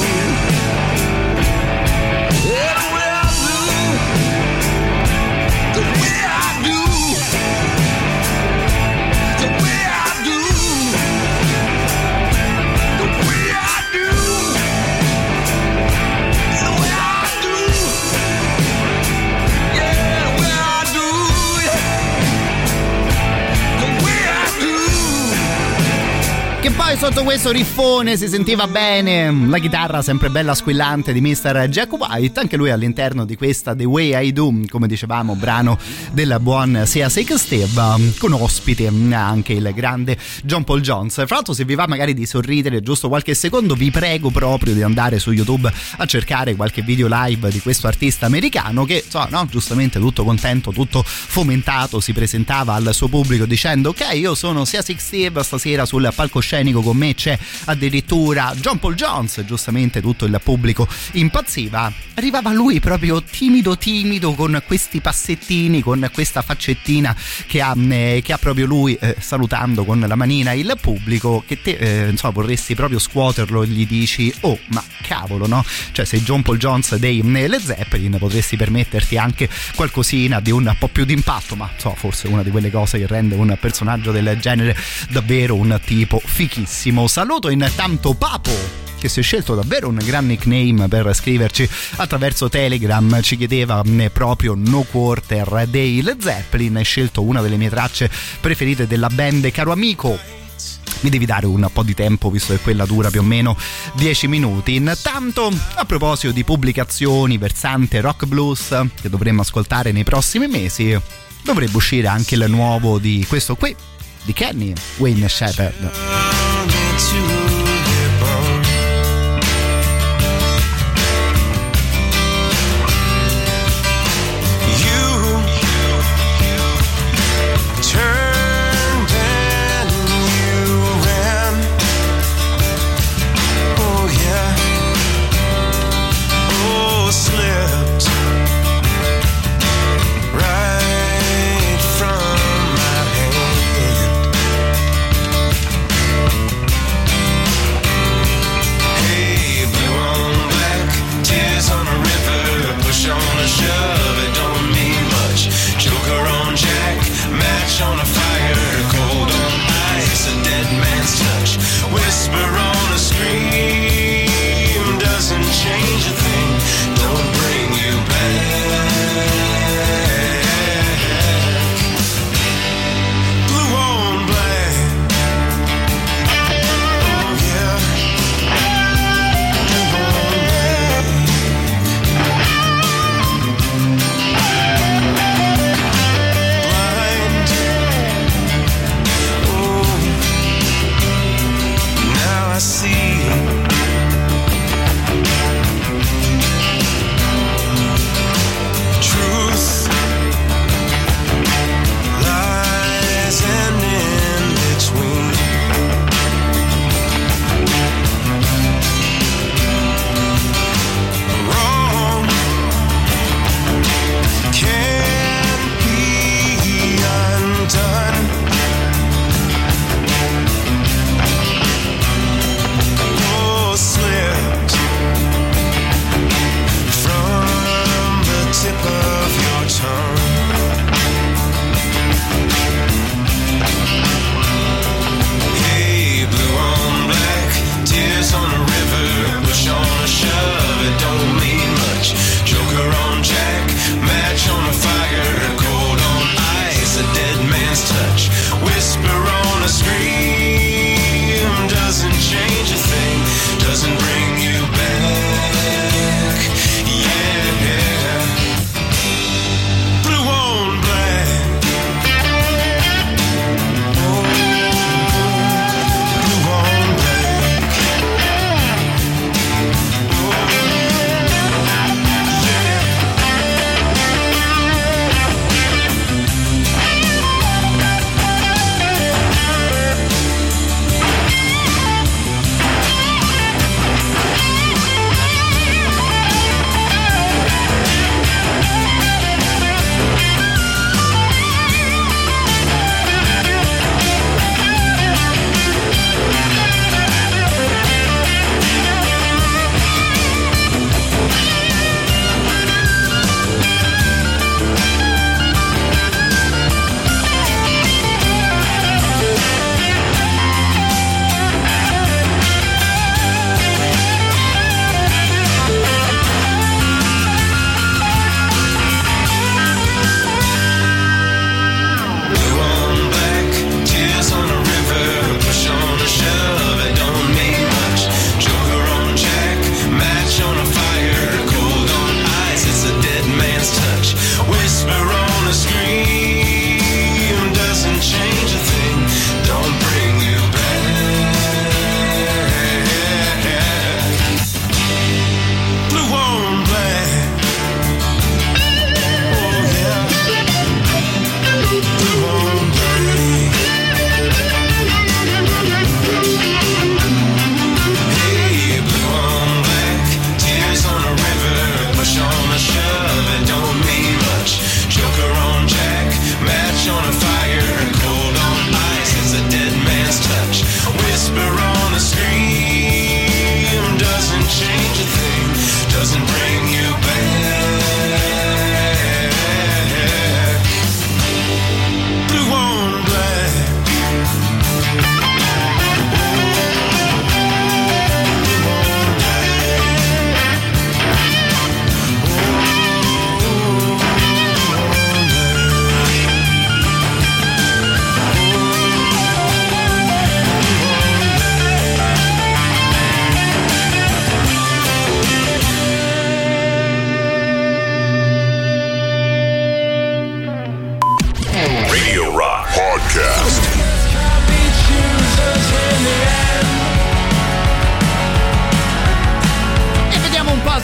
Yeah, the way I do. The way I do. The way I do. The way I do. The way I do. Yeah, the way I do. The way I do. Che poi sotto questo riffone si sentiva bene la chitarra sempre bella squillante di Mr. Jack White, anche lui all'interno di questa The Way I Do, come dicevamo, brano del buon Sia Sick Steve, con ospite anche il grande John Paul Jones. Fra l'altro, se vi va magari di sorridere giusto qualche secondo, vi prego proprio di andare su YouTube a cercare qualche video live di questo artista americano che, no, giustamente tutto contento, tutto fomentato, si presentava al suo pubblico dicendo: ok, io sono Sia Sick Steve, stasera sul palcoscenico con me c'è addirittura John Paul Jones. Giustamente tutto il pubblico impazziva. Arrivava lui proprio timido con questi passettini, con questa faccettina che ha proprio lui, salutando con la manina il pubblico, che te vorresti proprio scuoterlo e gli dici: oh, ma cavolo, no? Cioè, sei John Paul Jones dei Led Zeppelin, potresti permetterti anche qualcosina di un po' più d'impatto, ma forse una di quelle cose che rende un personaggio del genere davvero un tipo fichissimo. Saluto intanto Papo, che si è scelto davvero un gran nickname per scriverci attraverso Telegram. Ci chiedeva proprio No Quarter dei Led Zeppelin. Hai scelto una delle mie tracce preferite della band, caro amico. Mi devi dare un po' di tempo, visto che quella dura più o meno 10 minuti. Intanto, a proposito di pubblicazioni versante rock blues che dovremmo ascoltare nei prossimi mesi, dovrebbe uscire anche il nuovo di questo qui, di Kenny Wayne Shepherd. Right from my hand.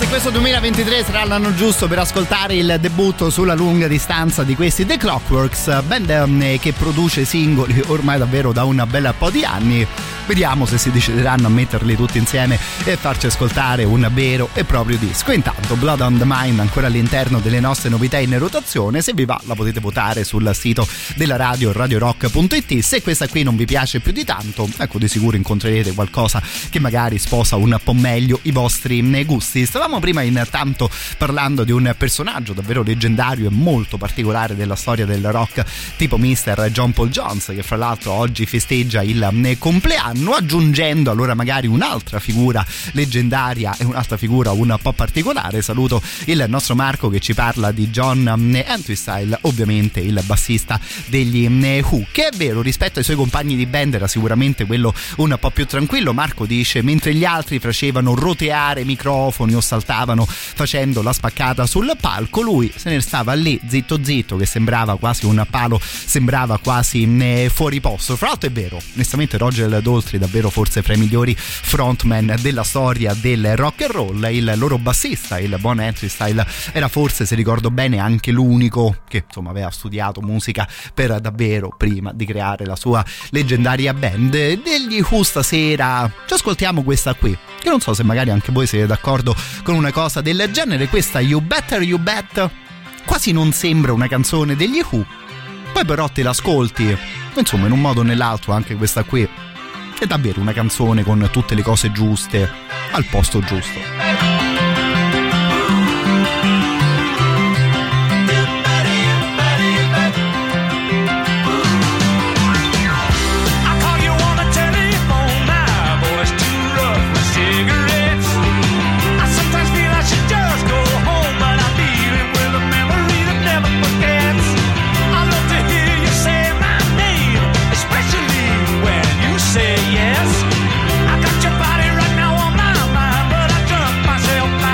se questo 2023 sarà l'anno giusto per ascoltare il debutto sulla lunga distanza di questi The Clockworks, band che produce singoli ormai davvero da un bel po' di anni. Vediamo se si decideranno a metterli tutti insieme e farci ascoltare un vero e proprio disco. Intanto Blood on the Mind ancora all'interno delle nostre novità in rotazione. Se vi va la potete votare sul sito della radio, radiorock.it. Se questa qui non vi piace più di tanto, ecco, di sicuro incontrerete qualcosa che magari sposa un po' meglio i vostri gusti. Stavamo prima intanto parlando di un personaggio davvero leggendario e molto particolare della storia del rock, tipo Mr. John Paul Jones, che fra l'altro oggi festeggia il compleanno, aggiungendo allora magari un'altra figura leggendaria e un'altra figura un po' particolare. Saluto il nostro Marco che ci parla di John Entwistle, ovviamente il bassista degli Who, che è vero, rispetto ai suoi compagni di band era sicuramente quello un po' più tranquillo. Marco dice: mentre gli altri facevano roteare microfoni o saltavano facendo la spaccata sul palco, lui se ne stava lì zitto zitto, che sembrava quasi un palo, sembrava quasi fuori posto. Fra l'altro è vero, onestamente Roger Daltrey davvero forse fra i migliori frontman della storia del rock and roll. Il loro bassista, il buon Entwistle, era forse, se ricordo bene, anche l'unico che insomma aveva studiato musica per davvero prima di creare la sua leggendaria band. Degli Who stasera ci ascoltiamo questa qui, che non so se magari anche voi siete d'accordo con una cosa del genere. Questa You Better You Bet quasi non sembra una canzone degli Who, poi però te l'ascolti, insomma, in un modo o nell'altro anche questa qui è davvero una canzone con tutte le cose giuste al posto giusto. Say yes, I got your body right now on my mind, but I jumped myself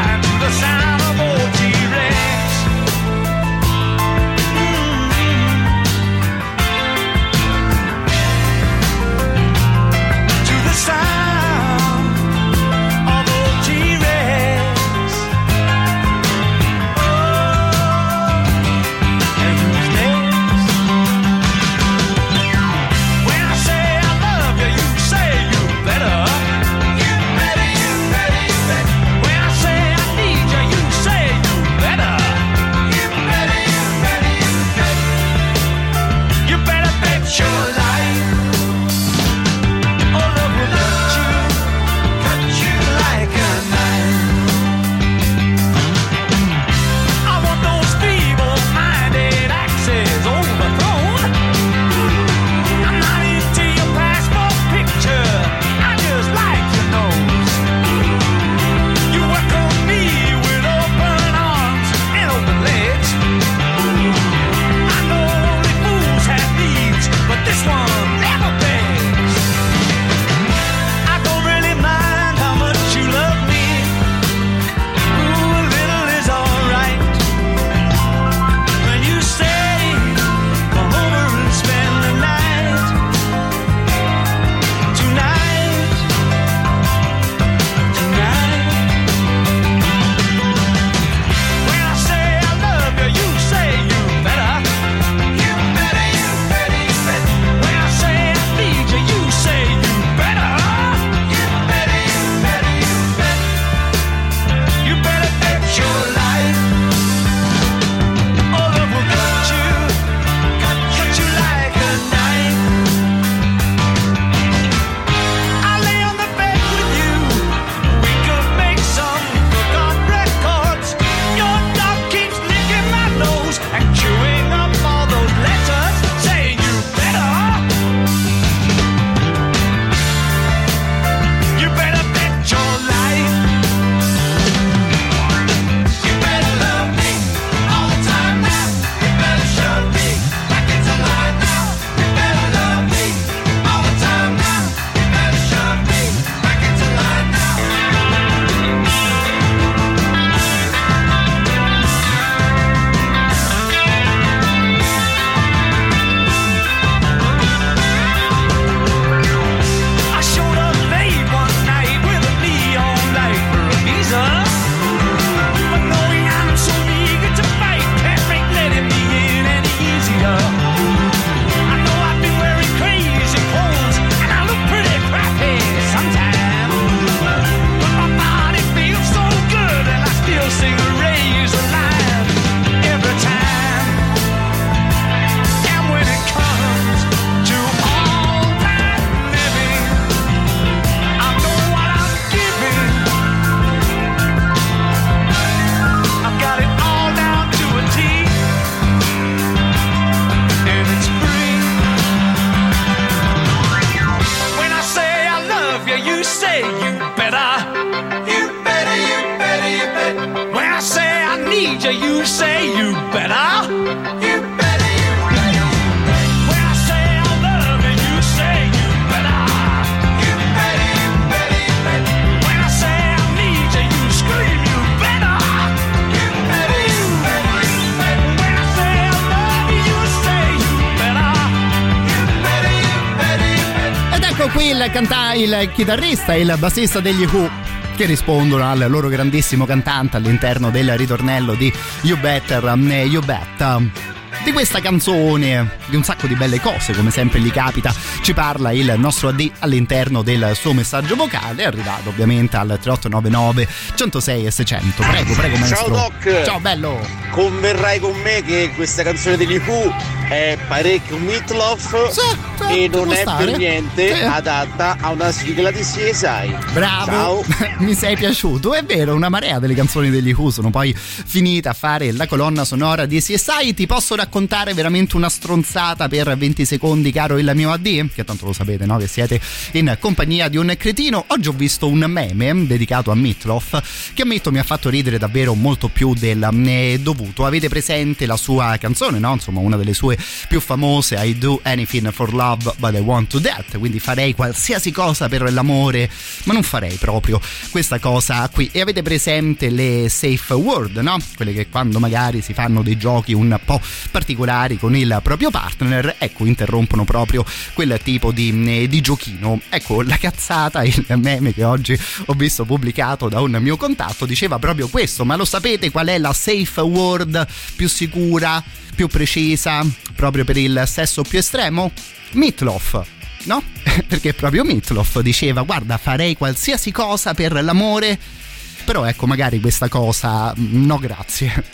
need you, you say you better. You better, you better. When I say I love you, you say you better. You better, you better, you better. When I say I need you, you scream you better. You better, you better, you better. When I say I love you, you say you better. You better, you better, you better. Ed ecco qui il chitarrista e il bassista degli Who che rispondono al loro grandissimo cantante all'interno del ritornello di You Better, You Bet. Di questa canzone, di un sacco di belle cose, come sempre gli capita, ci parla il nostro AD all'interno del suo messaggio vocale, è arrivato ovviamente al 3899 106 e 600. Prego maestro. Ciao Doc. Ciao bello. Converrai con me che questa canzone degli Who è parecchio Meatloaf e non è per niente adatta a una sigla di CSI. Bravo. Ciao. Mi sei piaciuto. È vero, una marea delle canzoni degli Who sono poi finite a fare la colonna sonora di CSI. Ti posso raccontare veramente una stronzata per 20 secondi, caro il mio AD, che tanto lo sapete, no? Che siete in compagnia di un cretino. Oggi ho visto un meme dedicato a Meatloaf che ammetto mi ha fatto ridere davvero molto più del dovuto. Avete presente la sua canzone, no? Insomma, una delle sue più famose, I do anything for love but I want to death, quindi farei qualsiasi cosa per l'amore ma non farei proprio questa cosa qui. E avete presente le safe word, no? Quelle che quando magari si fanno dei giochi un po' particolari con il proprio partner, ecco, interrompono proprio quel tipo di giochino. Ecco, la cazzata, il meme che oggi ho visto pubblicato da un mio contatto diceva proprio questo. Ma lo sapete qual è la safe word più sicura, più precisa, proprio per il sesso più estremo? Meatloaf, no? Perché proprio Meatloaf diceva: guarda, farei qualsiasi cosa per l'amore, però ecco, magari questa cosa no grazie.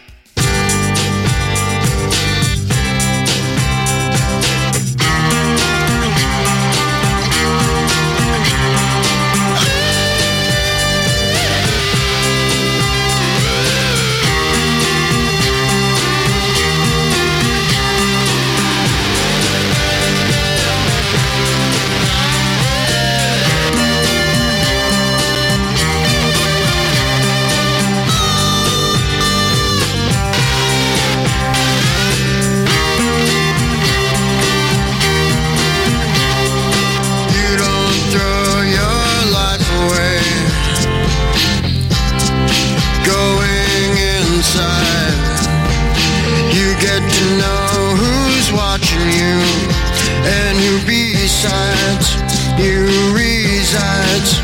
Besides, you resides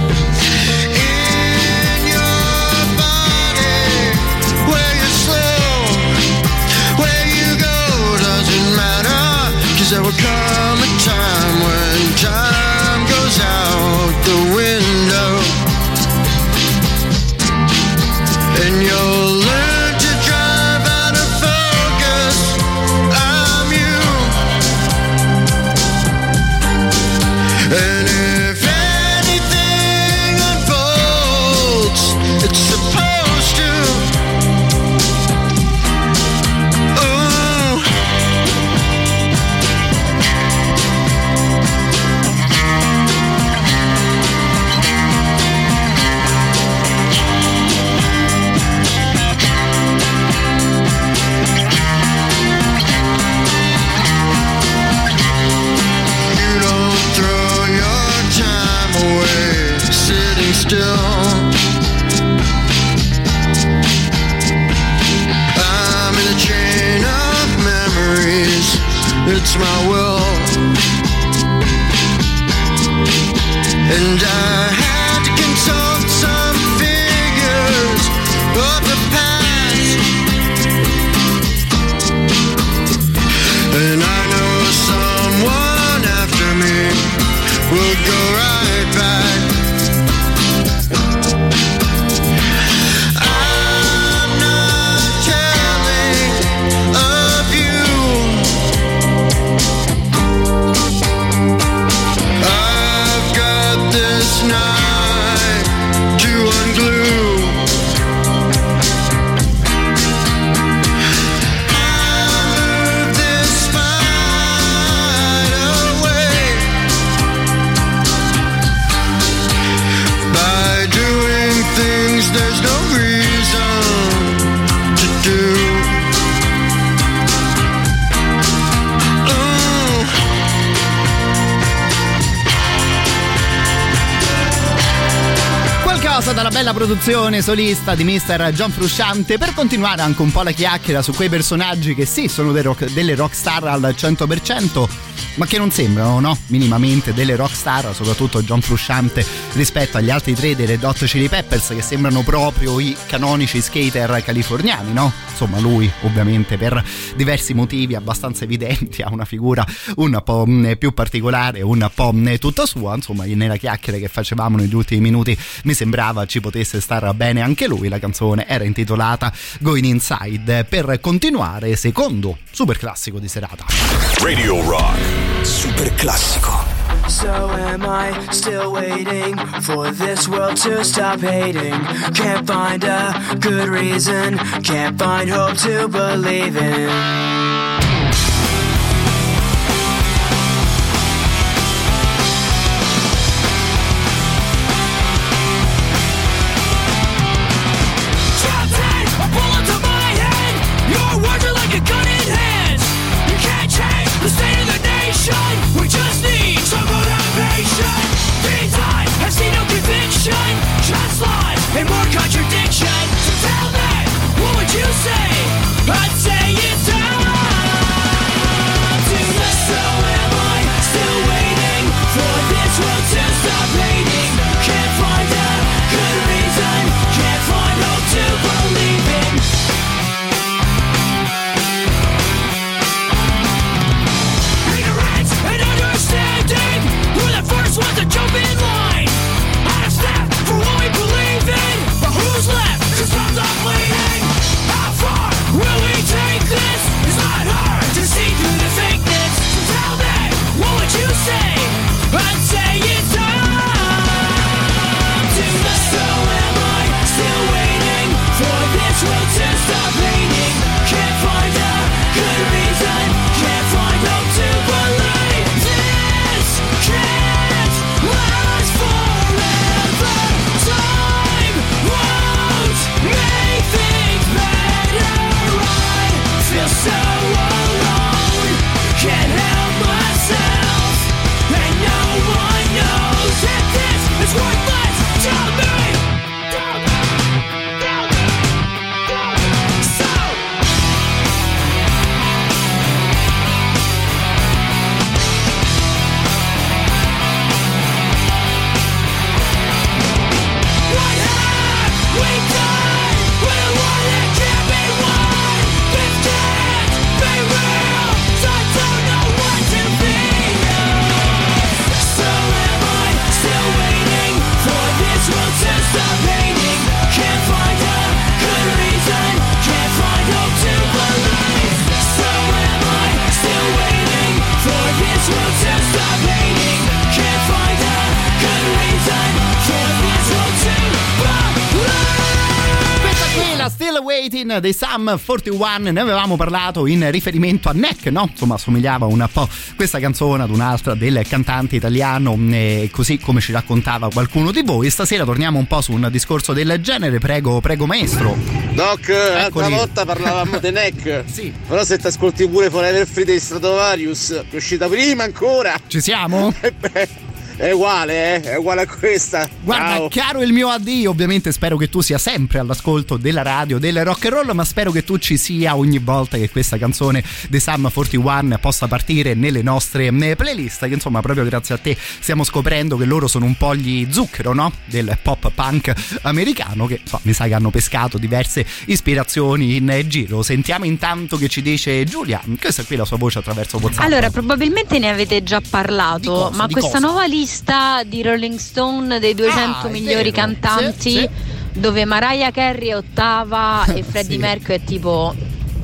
in your body. Where you slow, where you go doesn't matter, 'cause there will come a time when time goes out the window, and you'll learn to drive out of focus. I'm you. And if anything unfolds, it's supposed to. Ooh. You don't throw your time away sitting still. I'm in a chain of memories, it's my will, and I had to consult some figures of the past, and I know someone after me will go right back. I'm not telling of you. I've got this bella produzione solista di Mr. John Frusciante, per continuare anche un po' la chiacchiera su quei personaggi che sì, sono delle rockstar al 100%, ma che non sembrano, no? Minimamente delle rockstar, soprattutto John Frusciante rispetto agli altri tre dei Red Hot Chili Peppers, che sembrano proprio i canonici skater californiani, no? Insomma, lui ovviamente per diversi motivi abbastanza evidenti ha una figura un po' più particolare, un po' tutta sua. Insomma, nella chiacchiera che facevamo negli ultimi minuti mi sembrava ci potesse star bene anche lui. La canzone era intitolata Going Inside. Per continuare, secondo super classico di serata. Radio Rock. Super classico. So am I still waiting for this world to stop hating? Can't find a good reason, can't find hope to believe in. The state of the nation, we just need some motivation. Meantime, I see no conviction, just lies and more contradiction. So tell me, what would you say? I'd say it's time to let. So am I still waiting for this world to stop hating? Can't find a good reason, can't find hope to believe in. First one to jump in line, out of step for what we believe in. But who's left to stop the bleeding? How far will we take this? It's not hard to see through the fakeness. So tell me, what would you say? I'd say it's time to let. So am I still waiting for this world to stop hating? Can't find a good reason, can't find hope to believe this can't last forever. Time won't make things better. I feel so alone, can't help myself, and no one knows that this is worthless to me. Still Waiting dei Sum 41, ne avevamo parlato in riferimento a Neck, no? Insomma, somigliava un po' questa canzone ad un'altra del cantante italiano, così come ci raccontava qualcuno di voi. Stasera torniamo un po' su un discorso del genere. Prego maestro. Doc, l'altra volta parlavamo di Neck. Sì. Però se ti ascolti pure Forever Free dei Stratovarius, è uscita prima ancora. Ci siamo? È uguale a questa. Guarda, ciao. Chiaro il mio addio, ovviamente spero che tu sia sempre all'ascolto della radio, del rock and roll, ma spero che tu ci sia ogni volta che questa canzone dei Sum 41 possa partire nelle nostre playlist, che insomma proprio grazie a te stiamo scoprendo che loro sono un po' gli zucchero, no? Del pop punk americano, che mi sa che hanno pescato diverse ispirazioni in giro. Sentiamo intanto che ci dice Giulia, questa è qui la sua voce attraverso WhatsApp. Allora, probabilmente ne avete già parlato, ma questa nuova lista di Rolling Stone dei 200 migliori cantanti, sì. Dove Mariah Carey è ottava e Freddie Mercury è tipo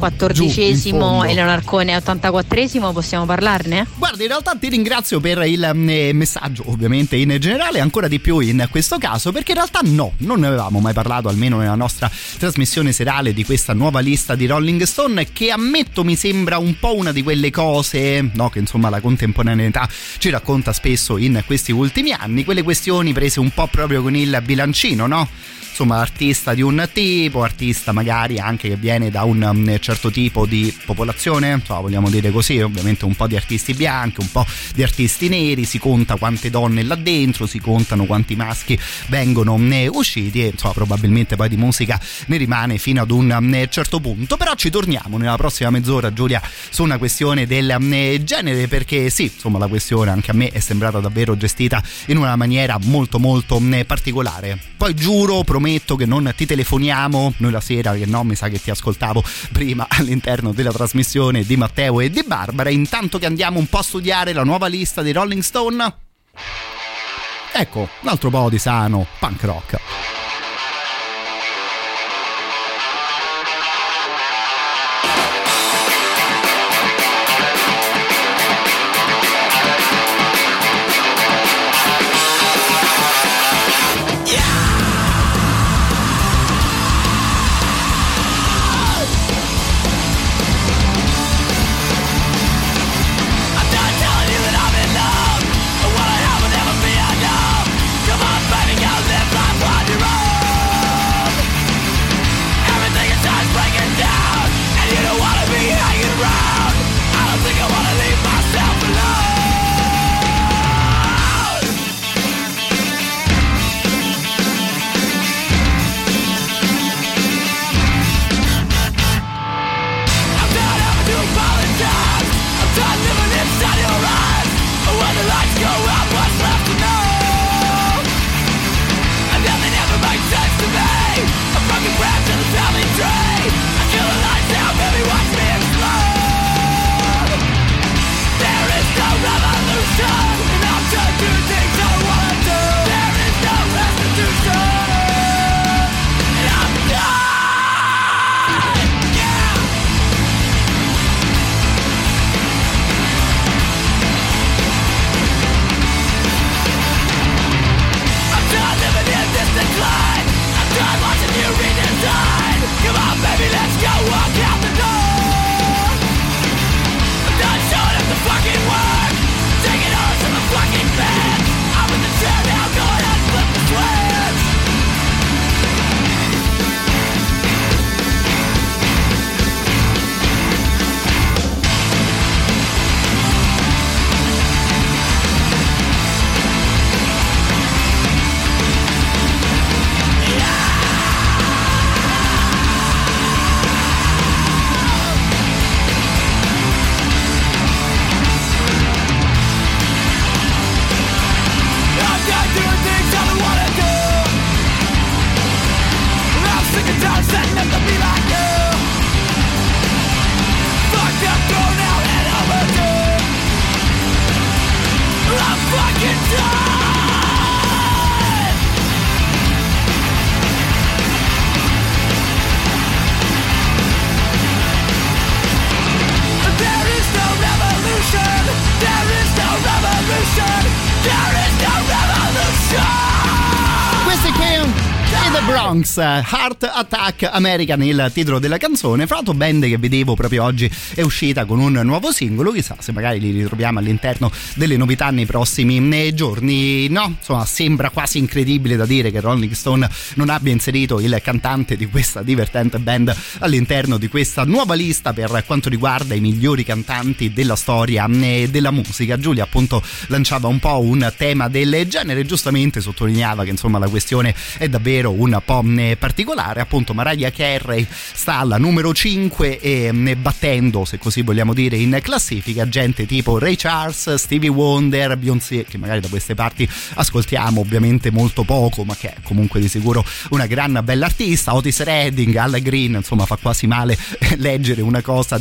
14esimo e Leonard Cohen è 84esimo, possiamo parlarne? Guarda, in realtà ti ringrazio per il messaggio, ovviamente in generale, ancora di più in questo caso, perché in realtà non ne avevamo mai parlato, almeno nella nostra trasmissione serale, di questa nuova lista di Rolling Stone, che ammetto mi sembra un po' una di quelle cose, no, che insomma la contemporaneità ci racconta spesso in questi ultimi anni, quelle questioni prese un po' proprio con il bilancino, no? insomma artista di un tipo, artista magari anche che viene da un certo tipo di popolazione, insomma, vogliamo dire così, ovviamente un po' di artisti bianchi, un po' di artisti neri, si conta quante donne là dentro, si contano quanti maschi vengono usciti e insomma probabilmente poi di musica ne rimane fino ad un certo punto. Però ci torniamo nella prossima mezz'ora, Giulia, su una questione del genere, perché sì, insomma la questione anche a me è sembrata davvero gestita in una maniera molto molto particolare. Poi giuro, prometto che non ti telefoniamo noi la sera, che no, mi sa che ti ascoltavo prima all'interno della trasmissione di Matteo e di Barbara, intanto che andiamo un po' a studiare la nuova lista dei Rolling Stone. Ecco, un altro po' di sano punk rock. Heart Attack American, il titolo della canzone. Fra l'altro band che vedevo proprio oggi è uscita con un nuovo singolo, chissà se magari li ritroviamo all'interno delle novità nei prossimi giorni. No, insomma sembra quasi incredibile da dire che Rolling Stone non abbia inserito il cantante di questa divertente band all'interno di questa nuova lista per quanto riguarda i migliori cantanti della storia della musica. Giulia appunto lanciava un po' un tema del genere, giustamente sottolineava che insomma la questione è davvero un po' particolare. Appunto Mariah Carey sta alla numero 5 e battendo, se così vogliamo dire, in classifica gente tipo Ray Charles, Stevie Wonder, Beyoncé, che magari da queste parti ascoltiamo ovviamente molto poco, ma che è comunque di sicuro una gran bella artista, Otis Redding, Al Green, insomma fa quasi male leggere una cosa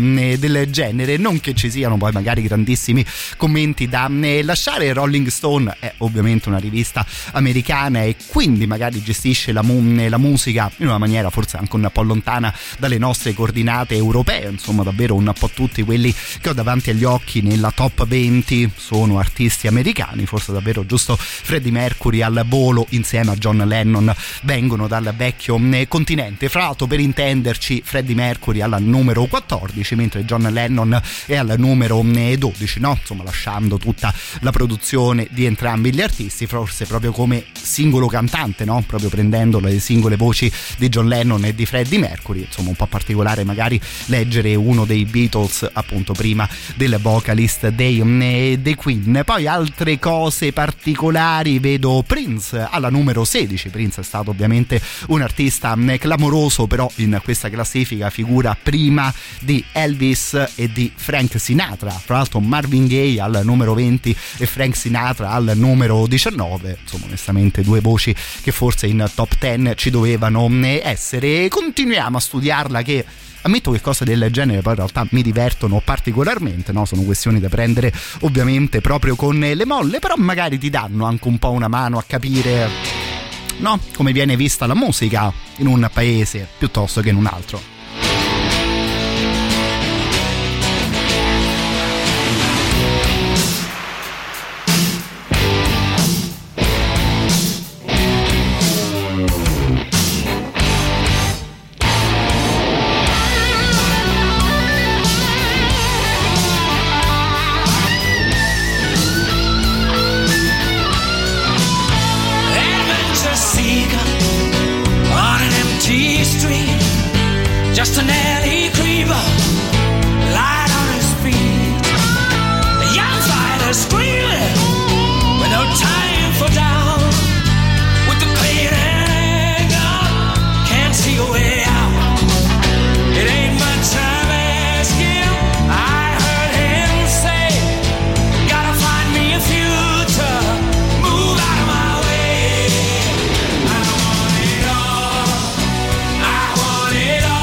del genere, non che ci siano poi magari grandissimi commenti da lasciare. Rolling Stone è ovviamente una rivista americana e quindi magari gestisce la musica in una maniera forse anche un po' lontana dalle nostre coordinate europee. Insomma davvero un po' tutti quelli che ho davanti agli occhi nella top 20 sono artisti americani, forse davvero giusto Freddie Mercury al volo insieme a John Lennon vengono dal vecchio continente. Fra l'altro, per intenderci, Freddie Mercury alla numero 14 mentre John Lennon è al numero 12, no? Insomma lasciando tutta la produzione di entrambi gli artisti forse proprio come singolo cantante, no? Proprio prendendo riprendendo le singole voci di John Lennon e di Freddie Mercury. Insomma, un po' particolare magari leggere uno dei Beatles appunto prima del vocalist dei Queen. Poi altre cose particolari, vedo Prince alla numero 16. Prince è stato ovviamente un artista clamoroso, però in questa classifica figura prima di Elvis e di Frank Sinatra. Tra l'altro Marvin Gaye al numero 20 e Frank Sinatra al numero 19. Insomma, onestamente due voci che forse in top 10 ci dovevano essere. Continuiamo a studiarla, che ammetto che cose del genere poi in realtà mi divertono particolarmente, no? Sono questioni da prendere ovviamente proprio con le molle, però magari ti danno anche un po' una mano a capire, no? Come viene vista la musica in un paese piuttosto che in un altro. Just an alley creeper, light on his feet. The young fighter screaming with no time for doubt. With the clear anger, can't see a way out. It ain't much I'm asking. I heard him say, gotta find me a future, move out of my way. I want it all, I want it all.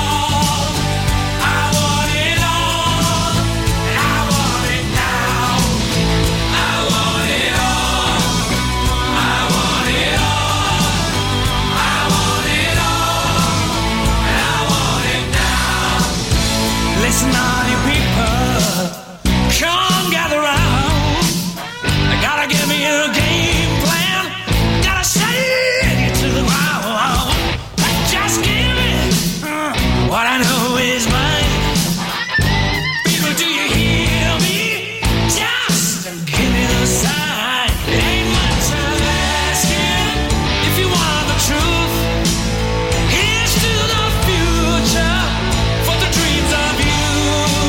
Listen, all you people, come gather round. I gotta give me a game plan. Gotta shake it to the ground. Just give me what I know is mine. People, do you hear me? Just give me the sign. It ain't much I'm asking. If you want the truth, here's to the future. For the dreams of you.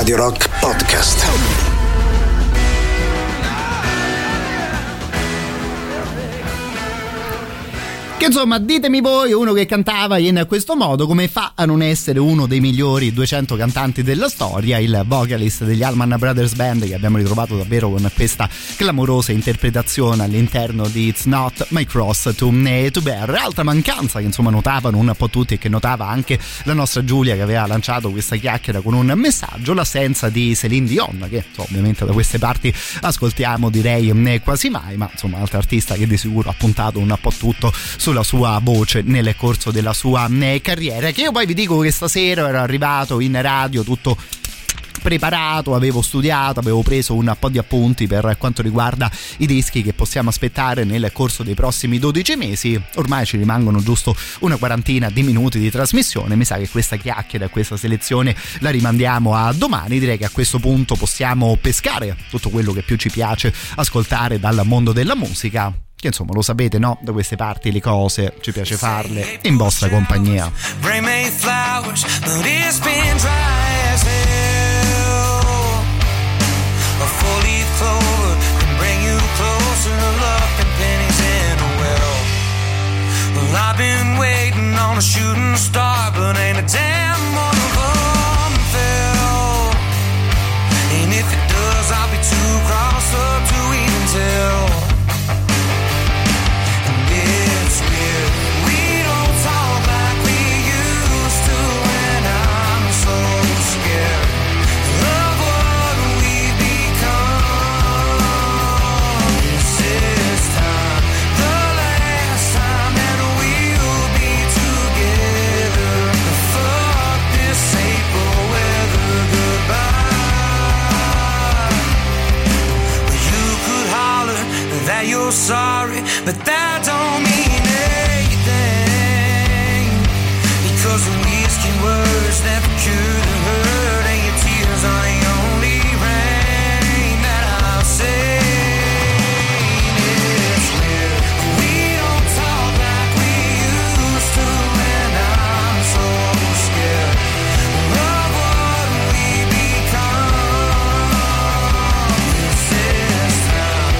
Radio Rock Podcast. Che insomma, ditemi voi, uno che cantava in questo modo, come fa a non essere uno dei migliori 200 cantanti della storia, il vocalist degli Allman Brothers Band, che abbiamo ritrovato davvero con questa clamorosa interpretazione all'interno di It's Not My Cross to Bear. Altra mancanza che insomma notavano un po' tutti e che notava anche la nostra Giulia, che aveva lanciato questa chiacchiera con un messaggio, l'assenza di Céline Dion, che ovviamente da queste parti ascoltiamo direi quasi mai, ma insomma altra artista che di sicuro ha puntato un po' tutto sulla sua voce nel corso della sua carriera. Che io poi vi dico che stasera ero arrivato in radio tutto preparato, avevo studiato, avevo preso un po' di appunti per quanto riguarda i dischi che possiamo aspettare nel corso dei prossimi 12 mesi. Ormai ci rimangono giusto una quarantina di minuti di trasmissione, mi sa che questa chiacchiera, questa selezione la rimandiamo a domani. Direi che a questo punto possiamo pescare tutto quello che più ci piace ascoltare dal mondo della musica, che insomma lo sapete, no? Da queste parti le cose ci piace farle in vostra compagnia. Bring me flowers, but it's been dry as hell. A four-leaf clover can bring you closer to love than pennies in a well. Well, I've been waiting on a shooting star, but ain't a damn one of them fell. And if it does, I'll be too crossed up to even tell. That you're sorry, but that don't mean anything, because the whiskey words never cure the hurt, and your tears are the only rain that I'll say. It's weird, we don't talk like we used to, and I'm so scared of what we become. This is time,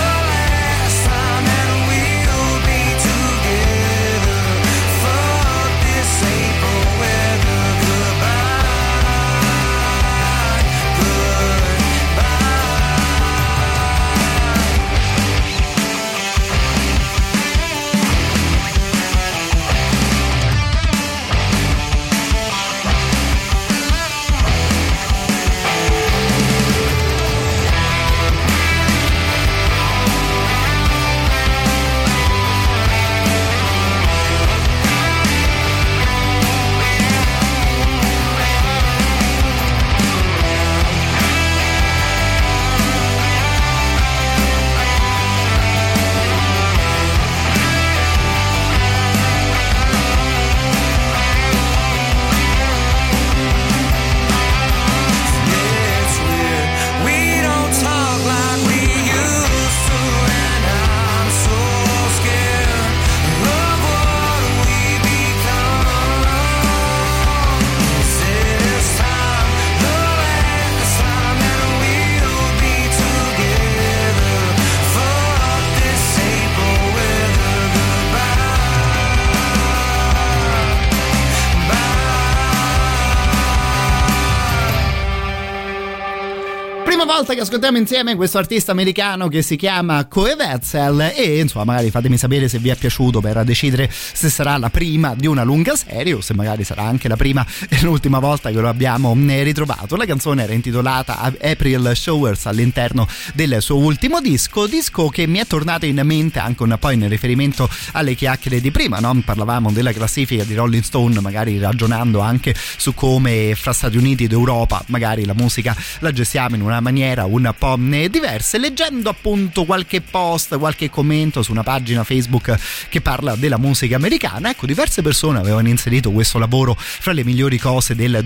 volta che ascoltiamo insieme questo artista americano che si chiama Koe Wetzel, e insomma magari fatemi sapere se vi è piaciuto, per decidere se sarà la prima di una lunga serie o se magari sarà anche la prima e l'ultima volta che lo abbiamo ritrovato. La canzone era intitolata April Showers all'interno del suo ultimo disco che mi è tornato in mente anche un po' in riferimento alle chiacchiere di prima, no? Parlavamo della classifica di Rolling Stone, magari ragionando anche su come fra Stati Uniti ed Europa magari la musica la gestiamo in una maniera un po' diversa. Leggendo appunto qualche post, qualche commento su una pagina Facebook che parla della musica americana, ecco, diverse persone avevano inserito questo lavoro fra le migliori cose del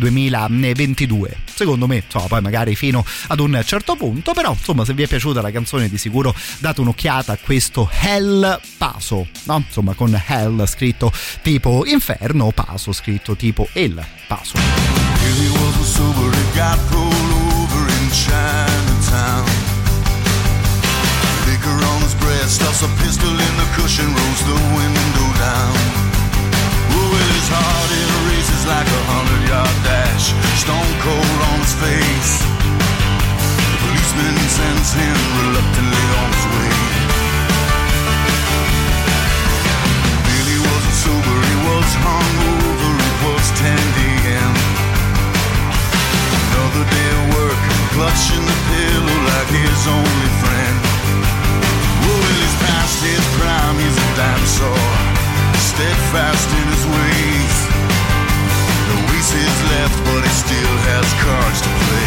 2022. Secondo me, insomma, poi magari fino ad un certo punto, però insomma, se vi è piaciuta la canzone di sicuro date un'occhiata a questo Hell Paso, no? Insomma, con Hell scritto tipo inferno, Paso scritto tipo El Paso. He was a sober guy, depression rolls the window down. Oh, well, his heart it races like a 100-yard dash, stone cold on his face. The policeman sends him reluctantly on his way. Billy wasn't sober, he was hungover, it was 10 a.m. Another day of work, clutching the pillow like his only friend. Oh, well, he's past his prime, he's a dinosaur, steadfast in his ways. No aces left, but he still has cards to play.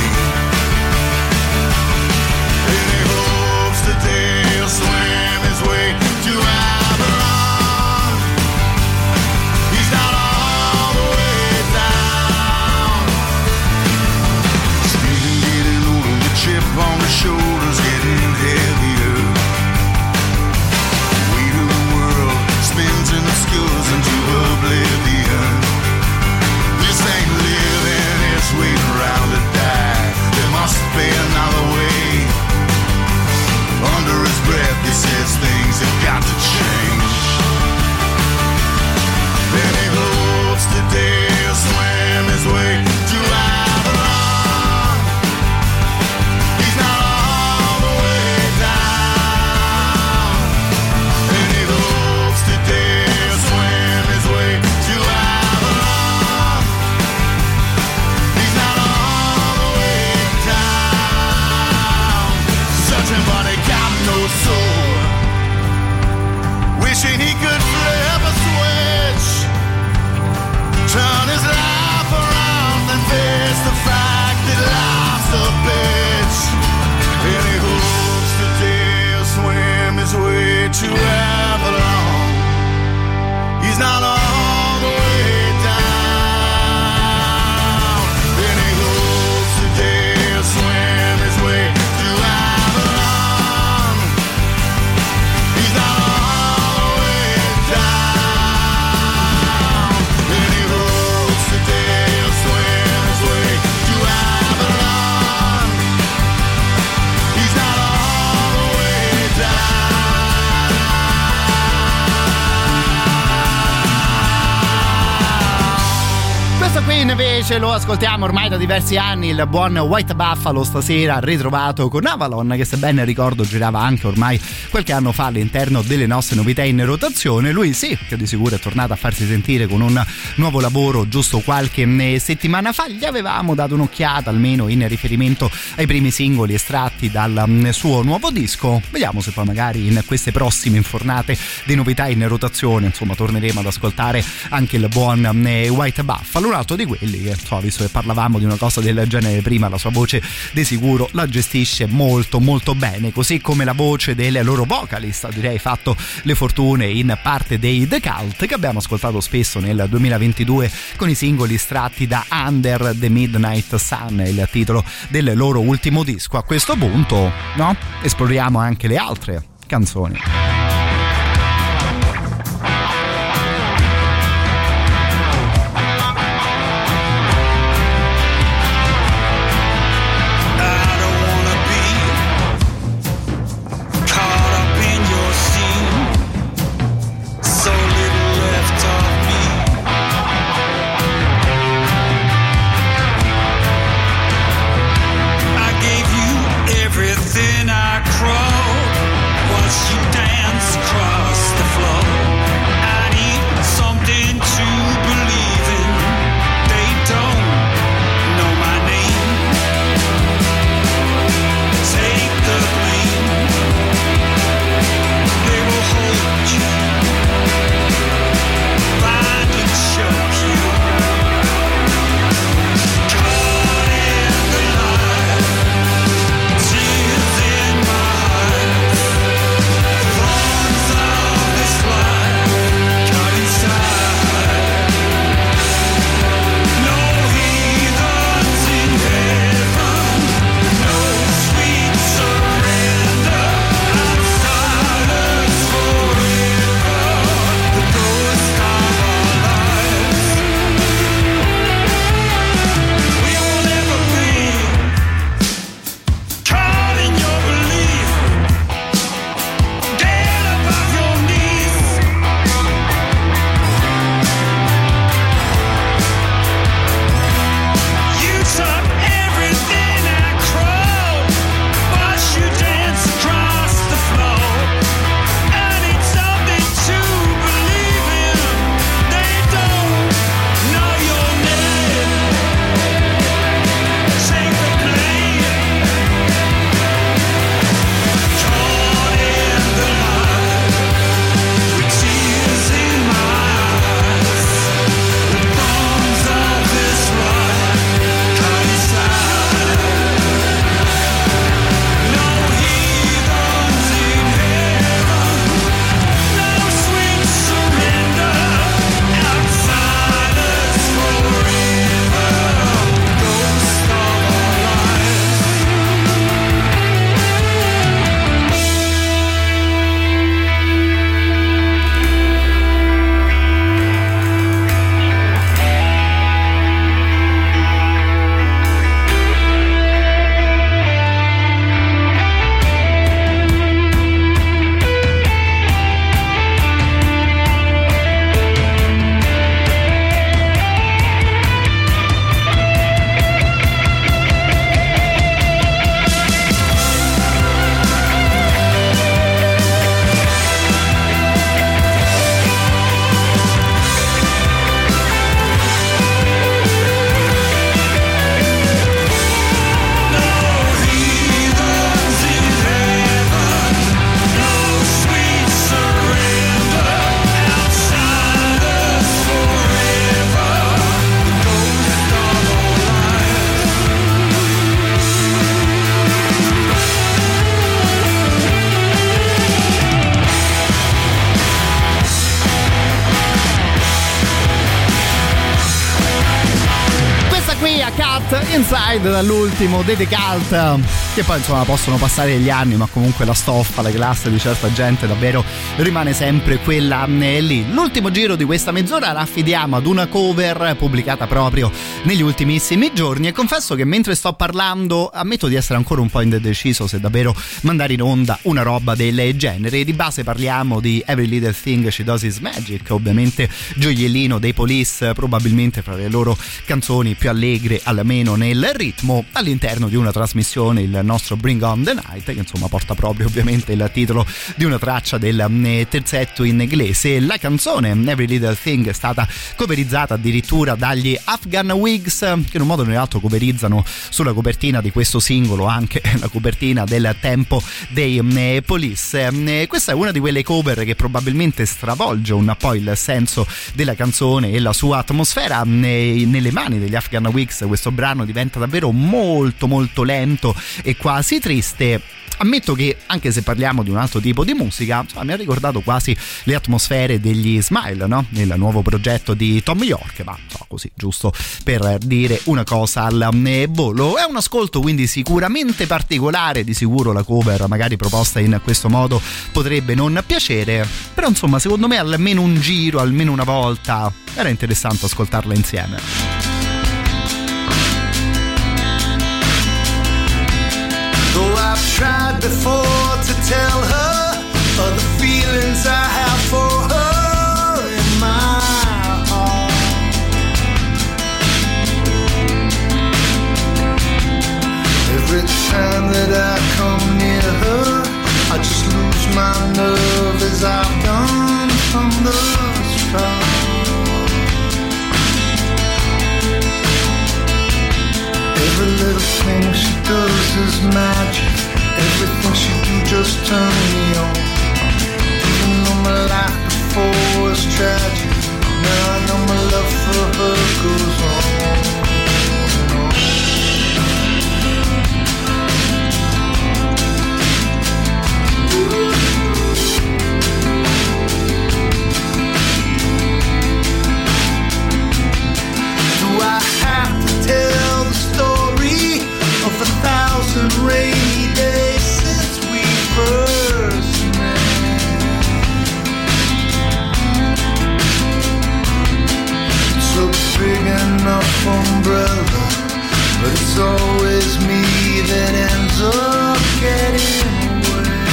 And he hopes today he'll swim his way to Avalon. He's not all the way down. Stephen getting older, the chip on his shoulders getting heavier. The weight of the world spins and obscures into oblivion. This ain't living, it's waiting around to die. There must be another way. Under his breath he says things have got to change. Then he hopes today he'll swim his way to Avalon. He's not all the way down. And he hopes today he'll swim his way to Avalon. He's not all the way down. Searching but he got no soul. Wishing he could flip a switch, turn his life around and face the fact that life's a bitch. And he hopes today he'll swim his way to Avalon. He's not all the way down. And he hopes today he'll swim his way to Avalon. He's not all the way down. And he hopes today he'll swim his way to Avalon. He's not all the way down. Questo qui invece lo ascoltiamo ormai da diversi anni, il buon White Buffalo, stasera ritrovato con Avalon, che se ben ricordo girava anche ormai qualche anno fa all'interno delle nostre novità in rotazione. Lui sì, che di sicuro è tornato a farsi sentire con un nuovo lavoro giusto qualche settimana fa. Gli avevamo dato un'occhiata almeno in riferimento ai primi singoli estratti dal suo nuovo disco. Vediamo se poi magari in queste prossime infornate di novità in rotazione, insomma, torneremo ad ascoltare anche il buon White Buffalo, un altro di quelli che, visto che parlavamo di una cosa del genere prima, la sua voce di sicuro la gestisce molto molto bene, così come la voce del loro vocalist, direi fatto le fortune in parte dei The Cult, che abbiamo ascoltato spesso nel 2022 con i singoli estratti da Under the Midnight Sun, il titolo del loro ultimo disco. A questo punto, no? Esploriamo anche le altre canzoni. Everything I crawled, once you dance Inside dall'ultimo Dede Cult, che poi insomma possono passare gli anni, ma comunque la stoffa, la classe di certa gente davvero rimane sempre quella lì. L'ultimo giro di questa mezz'ora la affidiamo ad una cover pubblicata proprio negli ultimissimi giorni, e confesso che mentre sto parlando ammetto di essere ancora un po' indeciso se davvero mandare in onda una roba del genere. Di base parliamo di Every Little Thing She Does Is Magic, ovviamente gioiellino dei Police, probabilmente fra le loro canzoni più allegre almeno nel ritmo, all'interno di una trasmissione, il nostro Bring On The Night, che insomma porta proprio ovviamente il titolo di una traccia del terzetto in inglese. La canzone Every Little Thing è stata coverizzata addirittura dagli Afghan Wigs, che in un modo o nell'altro coverizzano sulla copertina di questo singolo anche la copertina del tempo dei Police. Questa è una di quelle cover che probabilmente stravolge un po' il senso della canzone e la sua atmosfera. Nelle mani degli Afghan Wigs questo brano diventa davvero molto molto lento e quasi triste. Ammetto che anche se parliamo di un altro tipo di musica, insomma, mi ha ricordato quasi le atmosfere degli Smile, no? Nel nuovo progetto di Tom York, ma so, così giusto per dire una cosa al volo. È un ascolto quindi sicuramente particolare, di sicuro la cover magari proposta in questo modo potrebbe non piacere, però insomma secondo me almeno un giro, almeno una volta era interessante ascoltarla insieme. Though I've tried before to tell her of the feelings I have for her in my heart. Every time that I come near her, I just lose my nerve as I've done from the start. Every little thing she does is magic. Everything she do just turn me on. Even though my life before was tragic, now I know my love for her goes on. Do I have to tell the story of 1,000 rainy days since we first met? It's a big enough umbrella, but it's always me that ends up getting wet.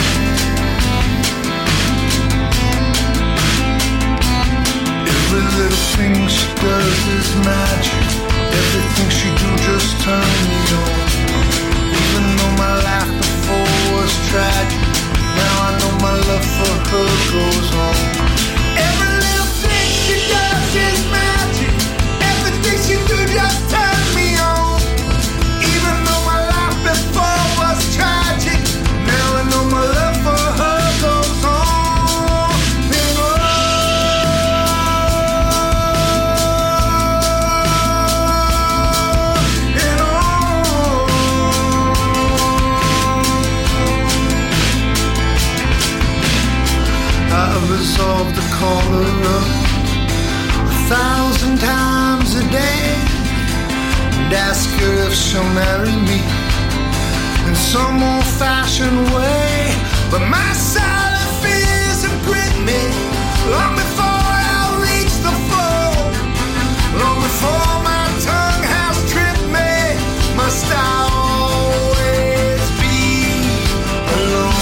Every little thing she does is magic. Everything she do just turn me on. Even though my life before was tragic, now I know my love for her goes on. Every little thing she does is magic. Everything she do just turn me on. Even though my life before was tragic, now I know my love for her goes on. And on. I've resolved to call her up 1,000 times a day and ask her if she'll marry me in some old-fashioned way. But my silent fears have gripped me long before I reach the floor, long before my tongue has tripped me. Must I always be alone?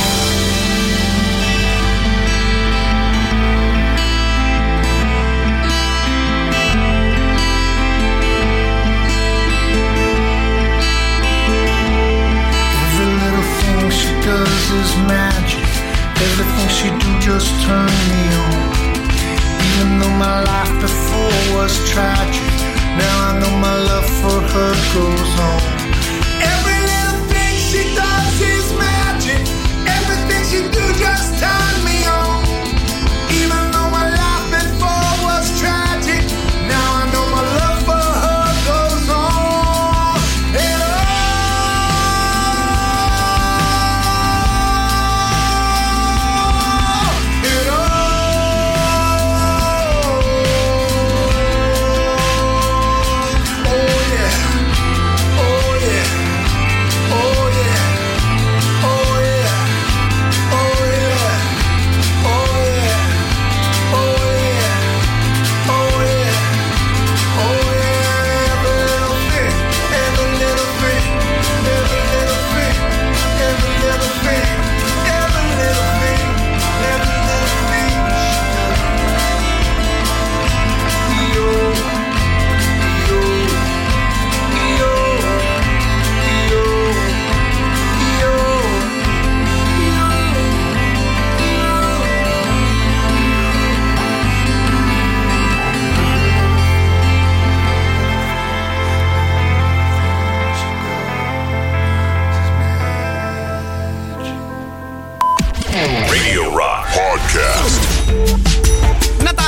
She does is magic. Everything she do just turn me on. Even though my life before was tragic, now I know my love for her goes on. Every little thing she does is magic. Everything she do just turn me on. Even though my life before was tragic, now I know my love for her goes on. And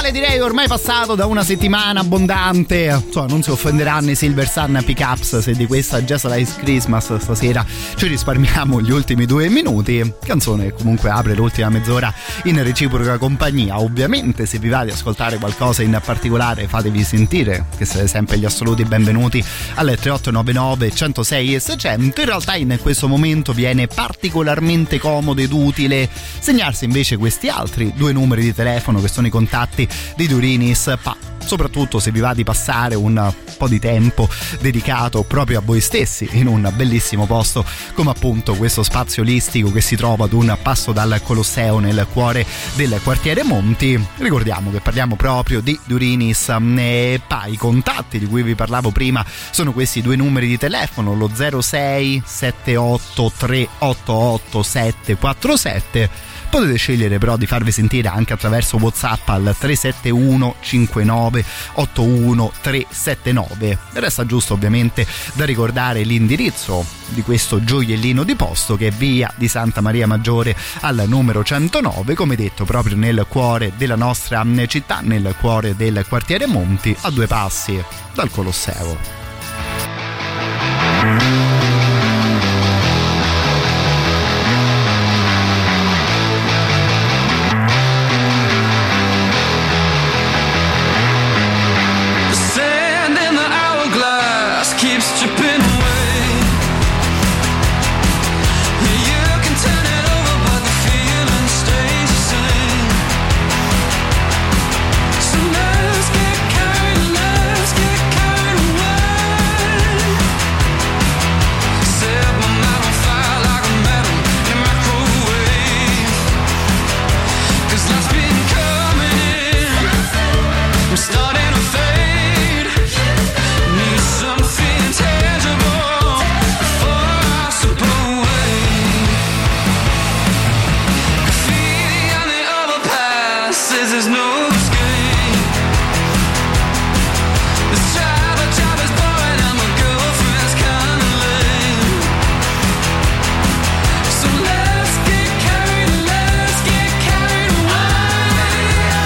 quale direi ormai passato da una settimana abbondante. Insomma, non si offenderanno i Silver Sun Pickups se di questa Just Like Christmas stasera ci risparmiamo gli ultimi 2 minuti. Canzone che comunque apre l'ultima mezz'ora in reciproca compagnia. Ovviamente se vi va di ascoltare qualcosa in particolare fatevi sentire, che siete sempre gli assoluti benvenuti alle 3899 106 e 600. In realtà in questo momento viene particolarmente comodo ed utile segnarsi invece questi altri 2 numeri di telefono che sono i contatti di Durinis, soprattutto se vi va di passare un po' di tempo dedicato proprio a voi stessi in un bellissimo posto come appunto questo spazio olistico che si trova ad un passo dal Colosseo nel cuore del quartiere Monti. Ricordiamo che parliamo proprio di Durinis e i contatti di cui vi parlavo prima sono questi 2 numeri di telefono, lo 06 78 388 747. Potete scegliere però di farvi sentire anche attraverso WhatsApp al 371 59 81 379. Resta giusto ovviamente da ricordare l'indirizzo di questo gioiellino di posto, che è via di Santa Maria Maggiore al numero 109, come detto proprio nel cuore della nostra città, nel cuore del quartiere Monti, a 2 passi dal Colosseo. Keeps chipping away. You can turn it over, but the feeling stays the same. So let's get carried away. Set my mind on fire like a metal in a microwave. 'Cause life's been coming in. I'm starting to fade. Need something tangible before I slip away. Graffiti on the overpass says there's no escape. This job is boring and my girlfriend's kinda lame. So let's get carried away.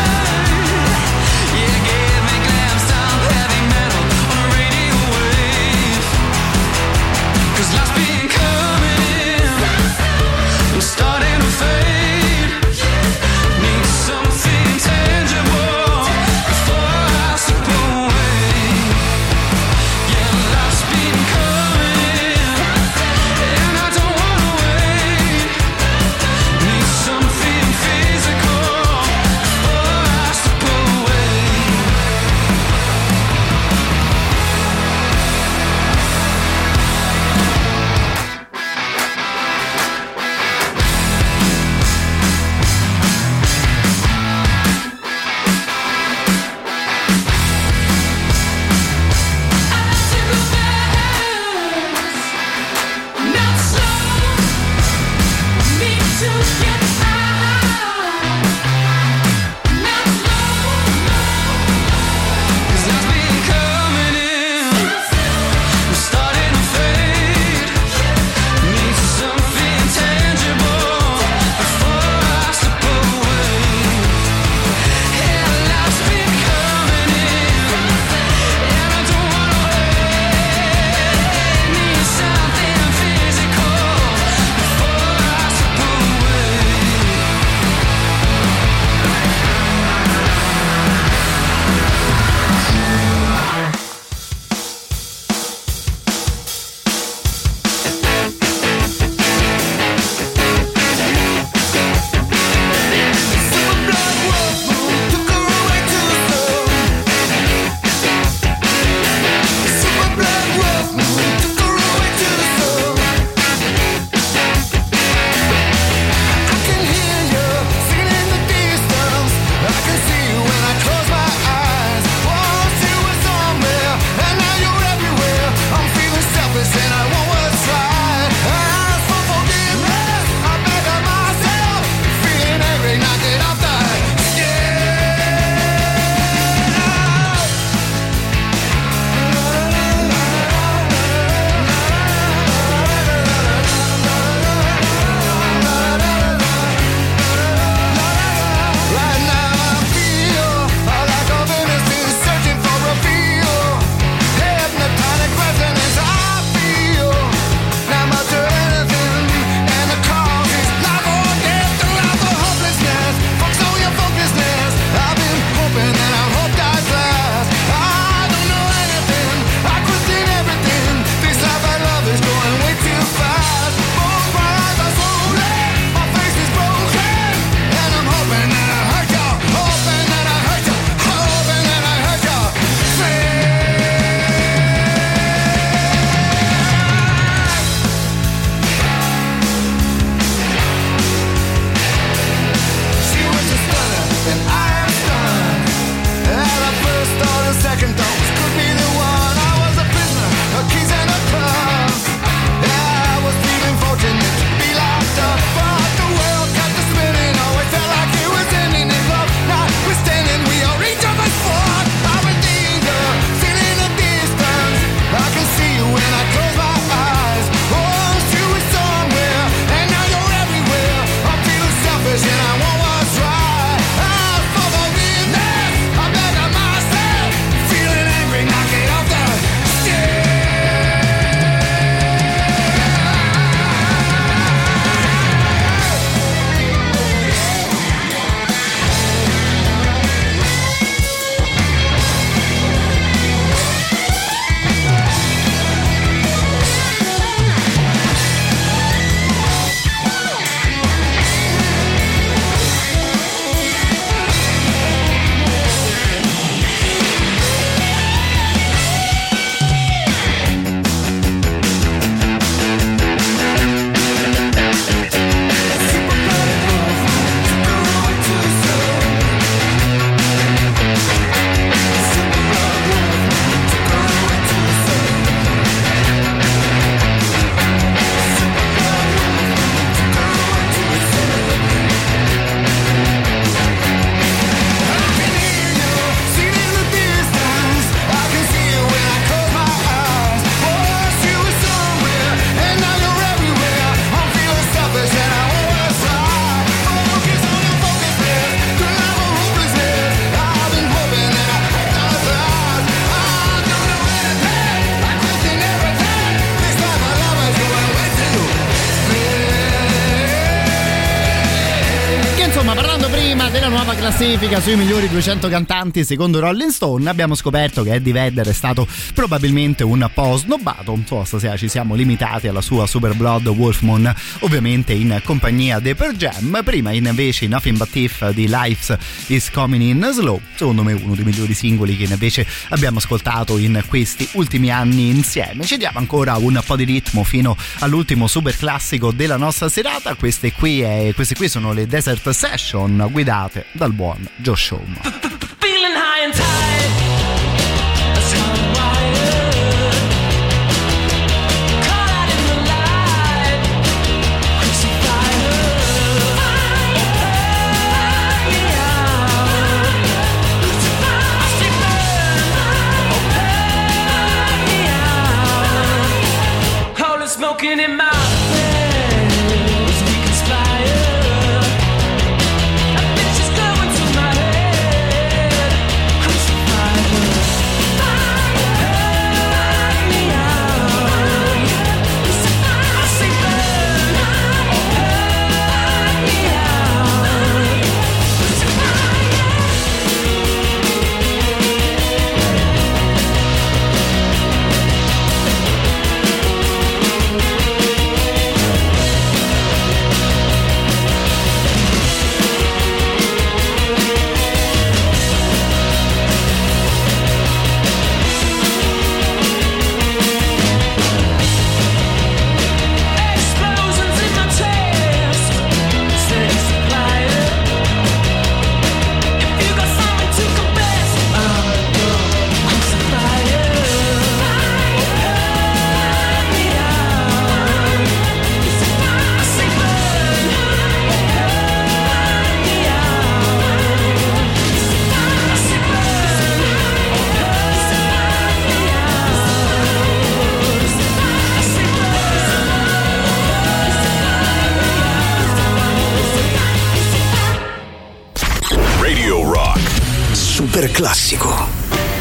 Yeah, give me glam sound, heavy metal on a radio wave. 'Cause life's been coming in. I'm starting to fade. Need something tangible before I slip away. Yeah, life's been coming in, and I don't wanna wait. Need something physical before I slip away. Not slow, need to get out. Not slow, 'cause life's been coming in. I'm starting to fade. Need something tangible before I slip away. Yeah, life's been coming in, and I don't wanna wait. Need something physical before I slip away. della nuova classifica sui migliori 200 cantanti secondo Rolling Stone. Abbiamo scoperto che Eddie Vedder è stato probabilmente un po' snobbato. Insomma, stasera ci siamo limitati alla sua Super Blood Wolf Moon, ovviamente in compagnia dei Pearl Jam. Prima invece Nothing But If di Life Is Coming In Slow, secondo me uno dei migliori singoli che invece abbiamo ascoltato in questi ultimi anni insieme. Ci diamo ancora un po' di ritmo fino all'ultimo super classico della nostra serata. Queste qui sono le Desert Session guidate dal buon Josh Homme. Feeling high and tight, that's how I'm wired. Caught out in the light, crucified. Burn me out, I say burn me out. All the smoking in my veins, we conspire. Super classico.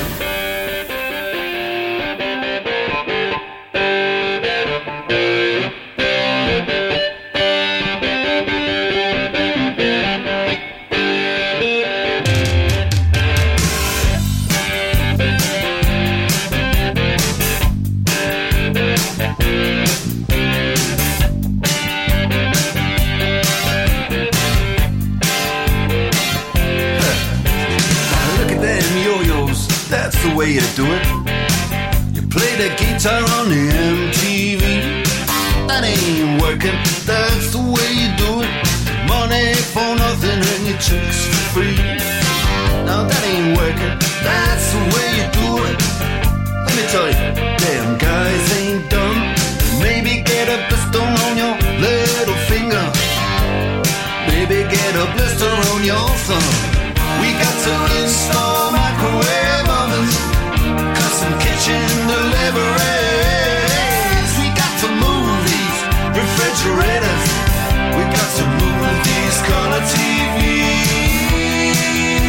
Way to do it. You play the guitar on the MTV. That ain't working. That's the way you do it. Money for nothing and your chicks for free. Now that ain't working. That's the way you do it. Let me tell you, damn guys ain't dumb. Maybe get a blister on your little finger. Maybe get a blister on your thumb. We got to install microwave ovens, custom kitchen deliveries. We got to move these refrigerators. We got to move these color TVs.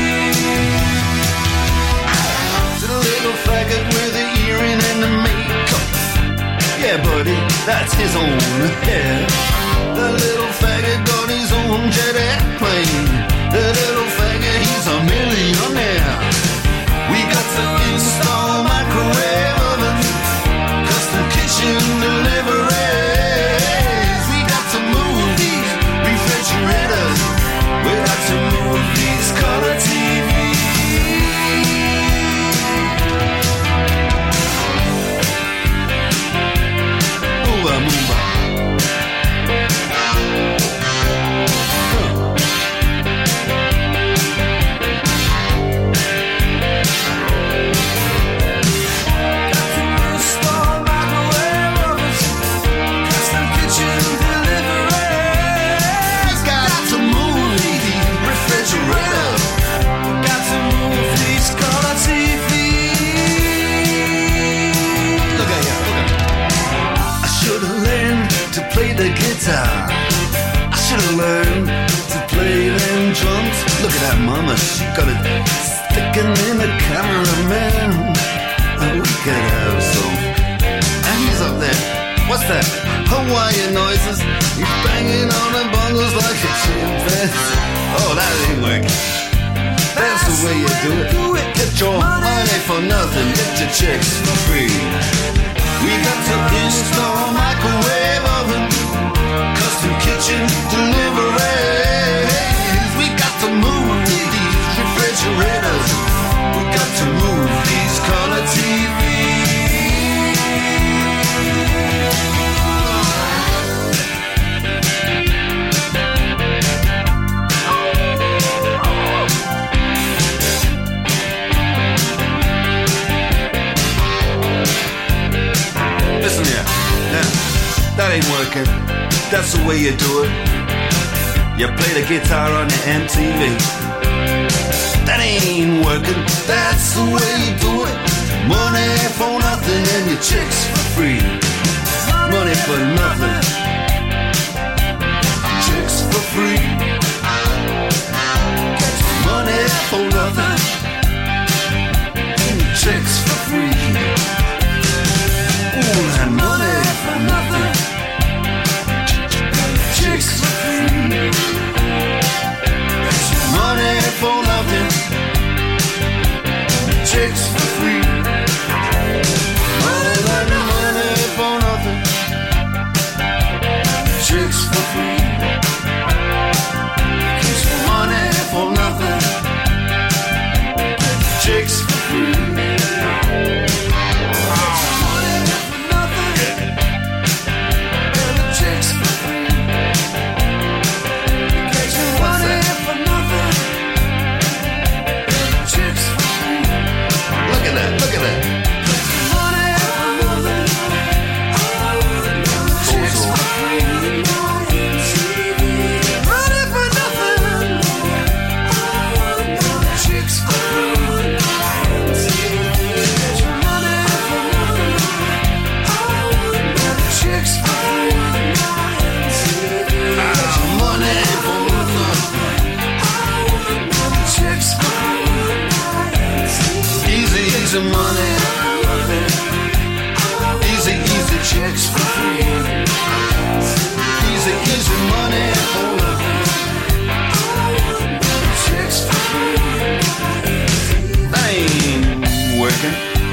To the little faggot with the earring and the makeup. Yeah, buddy, that's his own hair. The little faggot got his own jet airplane. The little faggot, he's a millionaire. We got to install microwave ovens, custom kitchen deliveries. We got to move these refrigerators. We got to move these color TVs. Move on, move on. I should've learned to play them drums. Look at that mama, she got it sticking in the cameraman. We could have some. And he's up there. What's that? Hawaiian noises. He's banging on the bongos like a chimpanzee. Oh, that ain't working. the way you do it. Get your money for nothing, get your chicks for free. We got to install microwave oven, custom kitchen deliveries. We got to move these refrigerators. We got to move these color TVs. Listen here, now, that ain't working. That's the way you do it. You play the guitar on the MTV. That ain't working. That's the way you do it. Money for nothing and your chicks for free. Money for nothing. Chicks for free. Money for nothing. Chicks for free. Ooh, and money for nothing. Chicks for free. Money for nothing. Chicks for free. Money for nothing. Chicks for free. Money for nothing. Chicks for free. Look at that. Chicks for free. Money for nothing. Chicks for free. Money for nothing. Chicks for free. Money for nothing. Chicks for free. Easy money, easy chicks for free. Easy money for nothing. Chicks for free. That ain't working.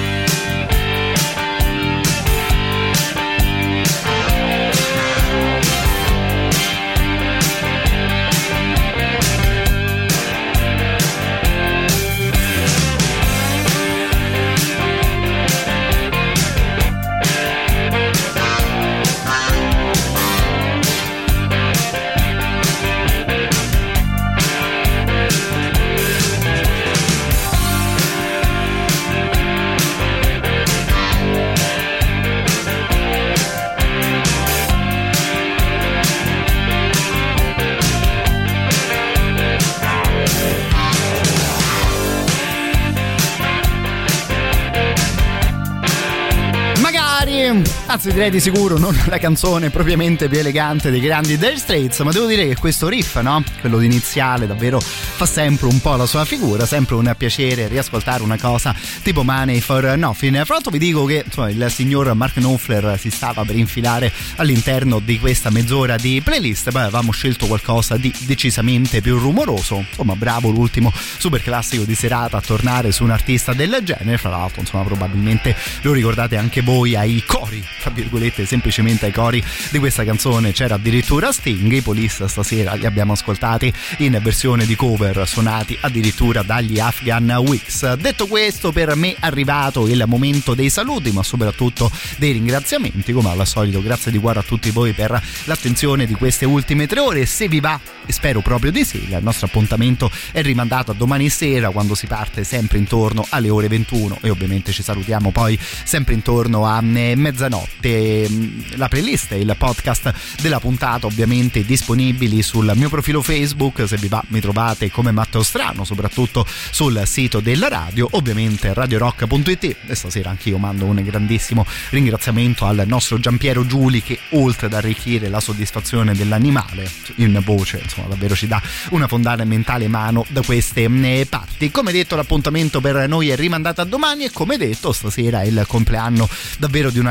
Anzi, direi di sicuro non la canzone propriamente più elegante dei grandi Dire Straits, ma devo dire che questo riff, no? Quello iniziale, davvero fa sempre un po' la sua figura, sempre un piacere riascoltare una cosa tipo Money for Nothing. Fra l'altro vi dico che insomma, il signor Mark Knopfler si stava per infilare all'interno di questa mezz'ora di playlist, poi avevamo scelto qualcosa di decisamente più rumoroso. Insomma, bravo l'ultimo super classico di serata a tornare su un artista del genere. Fra l'altro, insomma, probabilmente lo ricordate anche voi ai cori, tra virgolette, semplicemente ai cori di questa canzone c'era addirittura Sting. I Police stasera li abbiamo ascoltati in versione di cover, suonati addirittura dagli Afghan Wigs. Detto questo, per me è arrivato il momento dei saluti, ma soprattutto dei ringraziamenti. Come al solito, grazie di cuore a tutti voi per l'attenzione di queste ultime 3 ore. Se vi va, e spero proprio di sì, il nostro appuntamento è rimandato a domani sera, quando si parte sempre intorno alle ore 21, e ovviamente ci salutiamo poi sempre intorno a mezzanotte. La playlist e il podcast della puntata ovviamente disponibili sul mio profilo Facebook. Se vi va mi trovate come Matteo Strano, soprattutto sul sito della radio, ovviamente radiorock.it. E stasera anch'io mando un grandissimo ringraziamento al nostro Giampiero Giuli, che oltre ad arricchire la soddisfazione dell'animale in voce, insomma davvero ci dà una fondamentale mano da queste parti. Come detto, l'appuntamento per noi è rimandato a domani, e come detto stasera è il compleanno davvero di una leggenda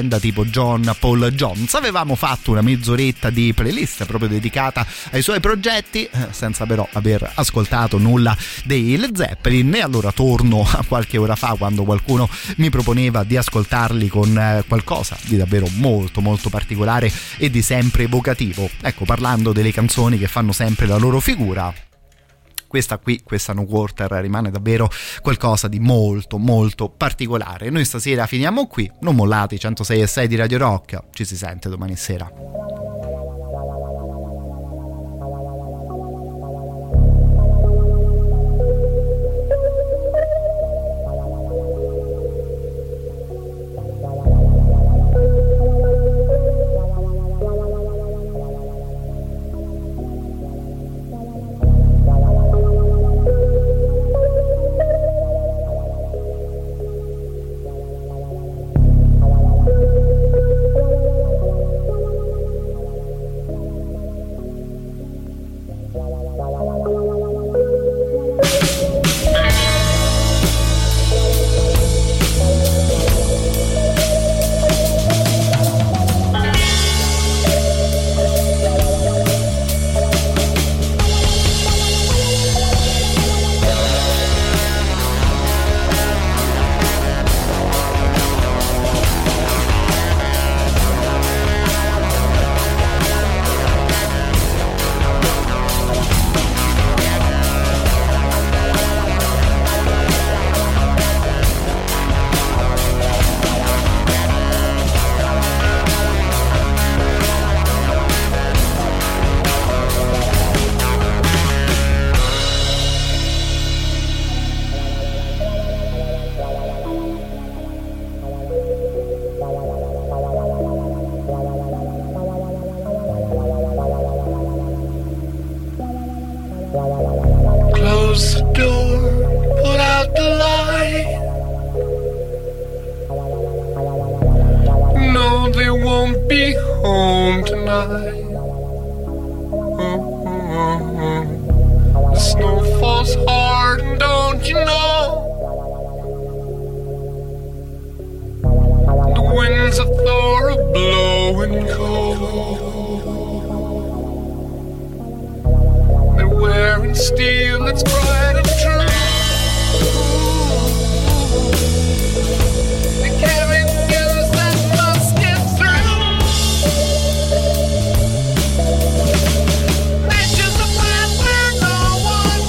leggenda tipo John Paul Jones. Avevamo fatto una mezz'oretta di playlist proprio dedicata ai suoi progetti, senza però aver ascoltato nulla dei Led Zeppelin, e allora torno a qualche ora fa, quando qualcuno mi proponeva di ascoltarli con qualcosa di davvero molto molto particolare e di sempre evocativo. Ecco, parlando delle canzoni che fanno sempre la loro figura, questa No Quarter rimane davvero qualcosa di molto molto particolare. Noi stasera finiamo qui, non mollate, 106.6 di Radio Rock, ci si sente domani sera. Close the door, put out the light. No, they won't be home tonight. The snow falls hard, and don't you know? The winds of Thor are blowing cold. They're wearing steel that's bright and true. They carry guns that must get through. Nature's a path where no one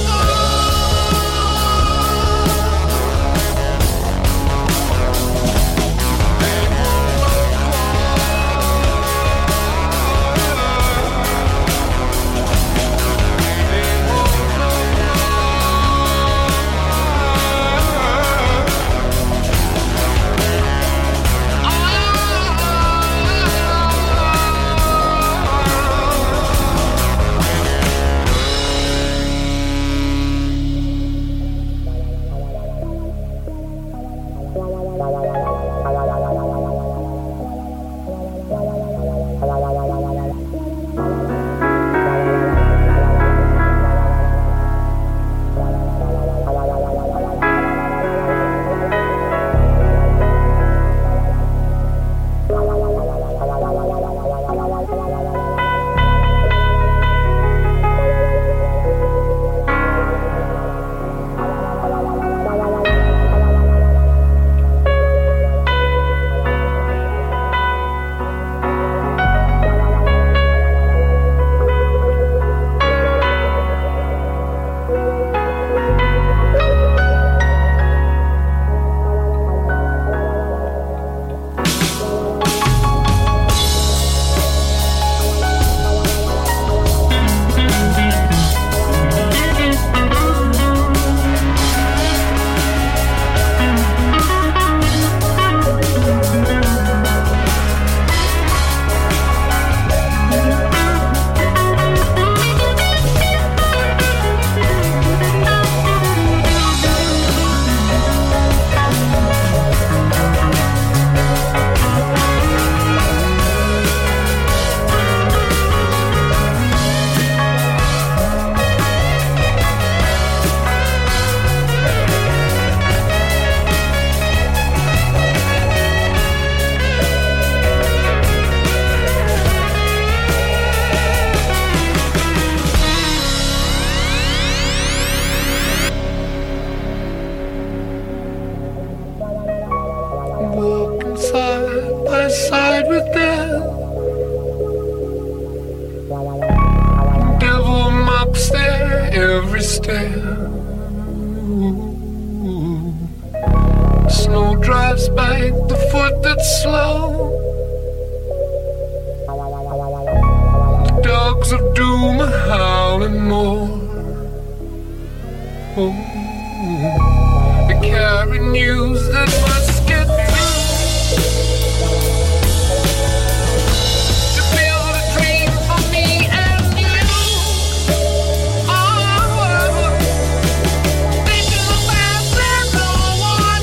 walks there every step. Snow drives by the foot that's slow. The dogs of doom are howling more. Oh, they carry news that must get through. To build a dream for me and you. Oh, they do the best that no one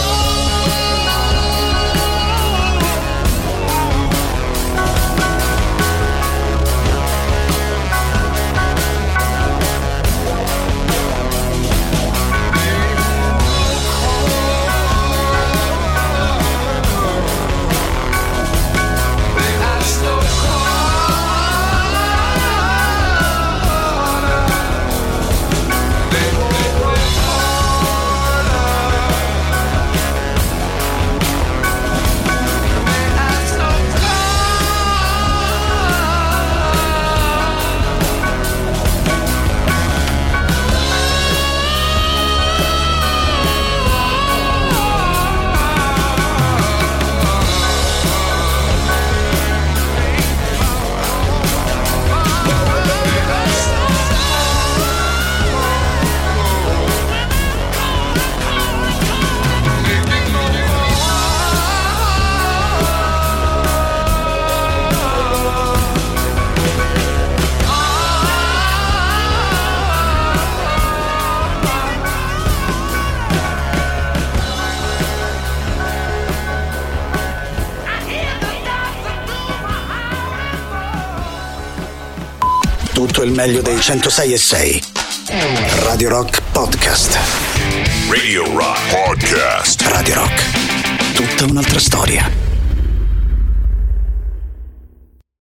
Tutto il meglio dei 106.6. Radio Rock Podcast. Radio Rock Podcast. Radio Rock. Tutta un'altra storia.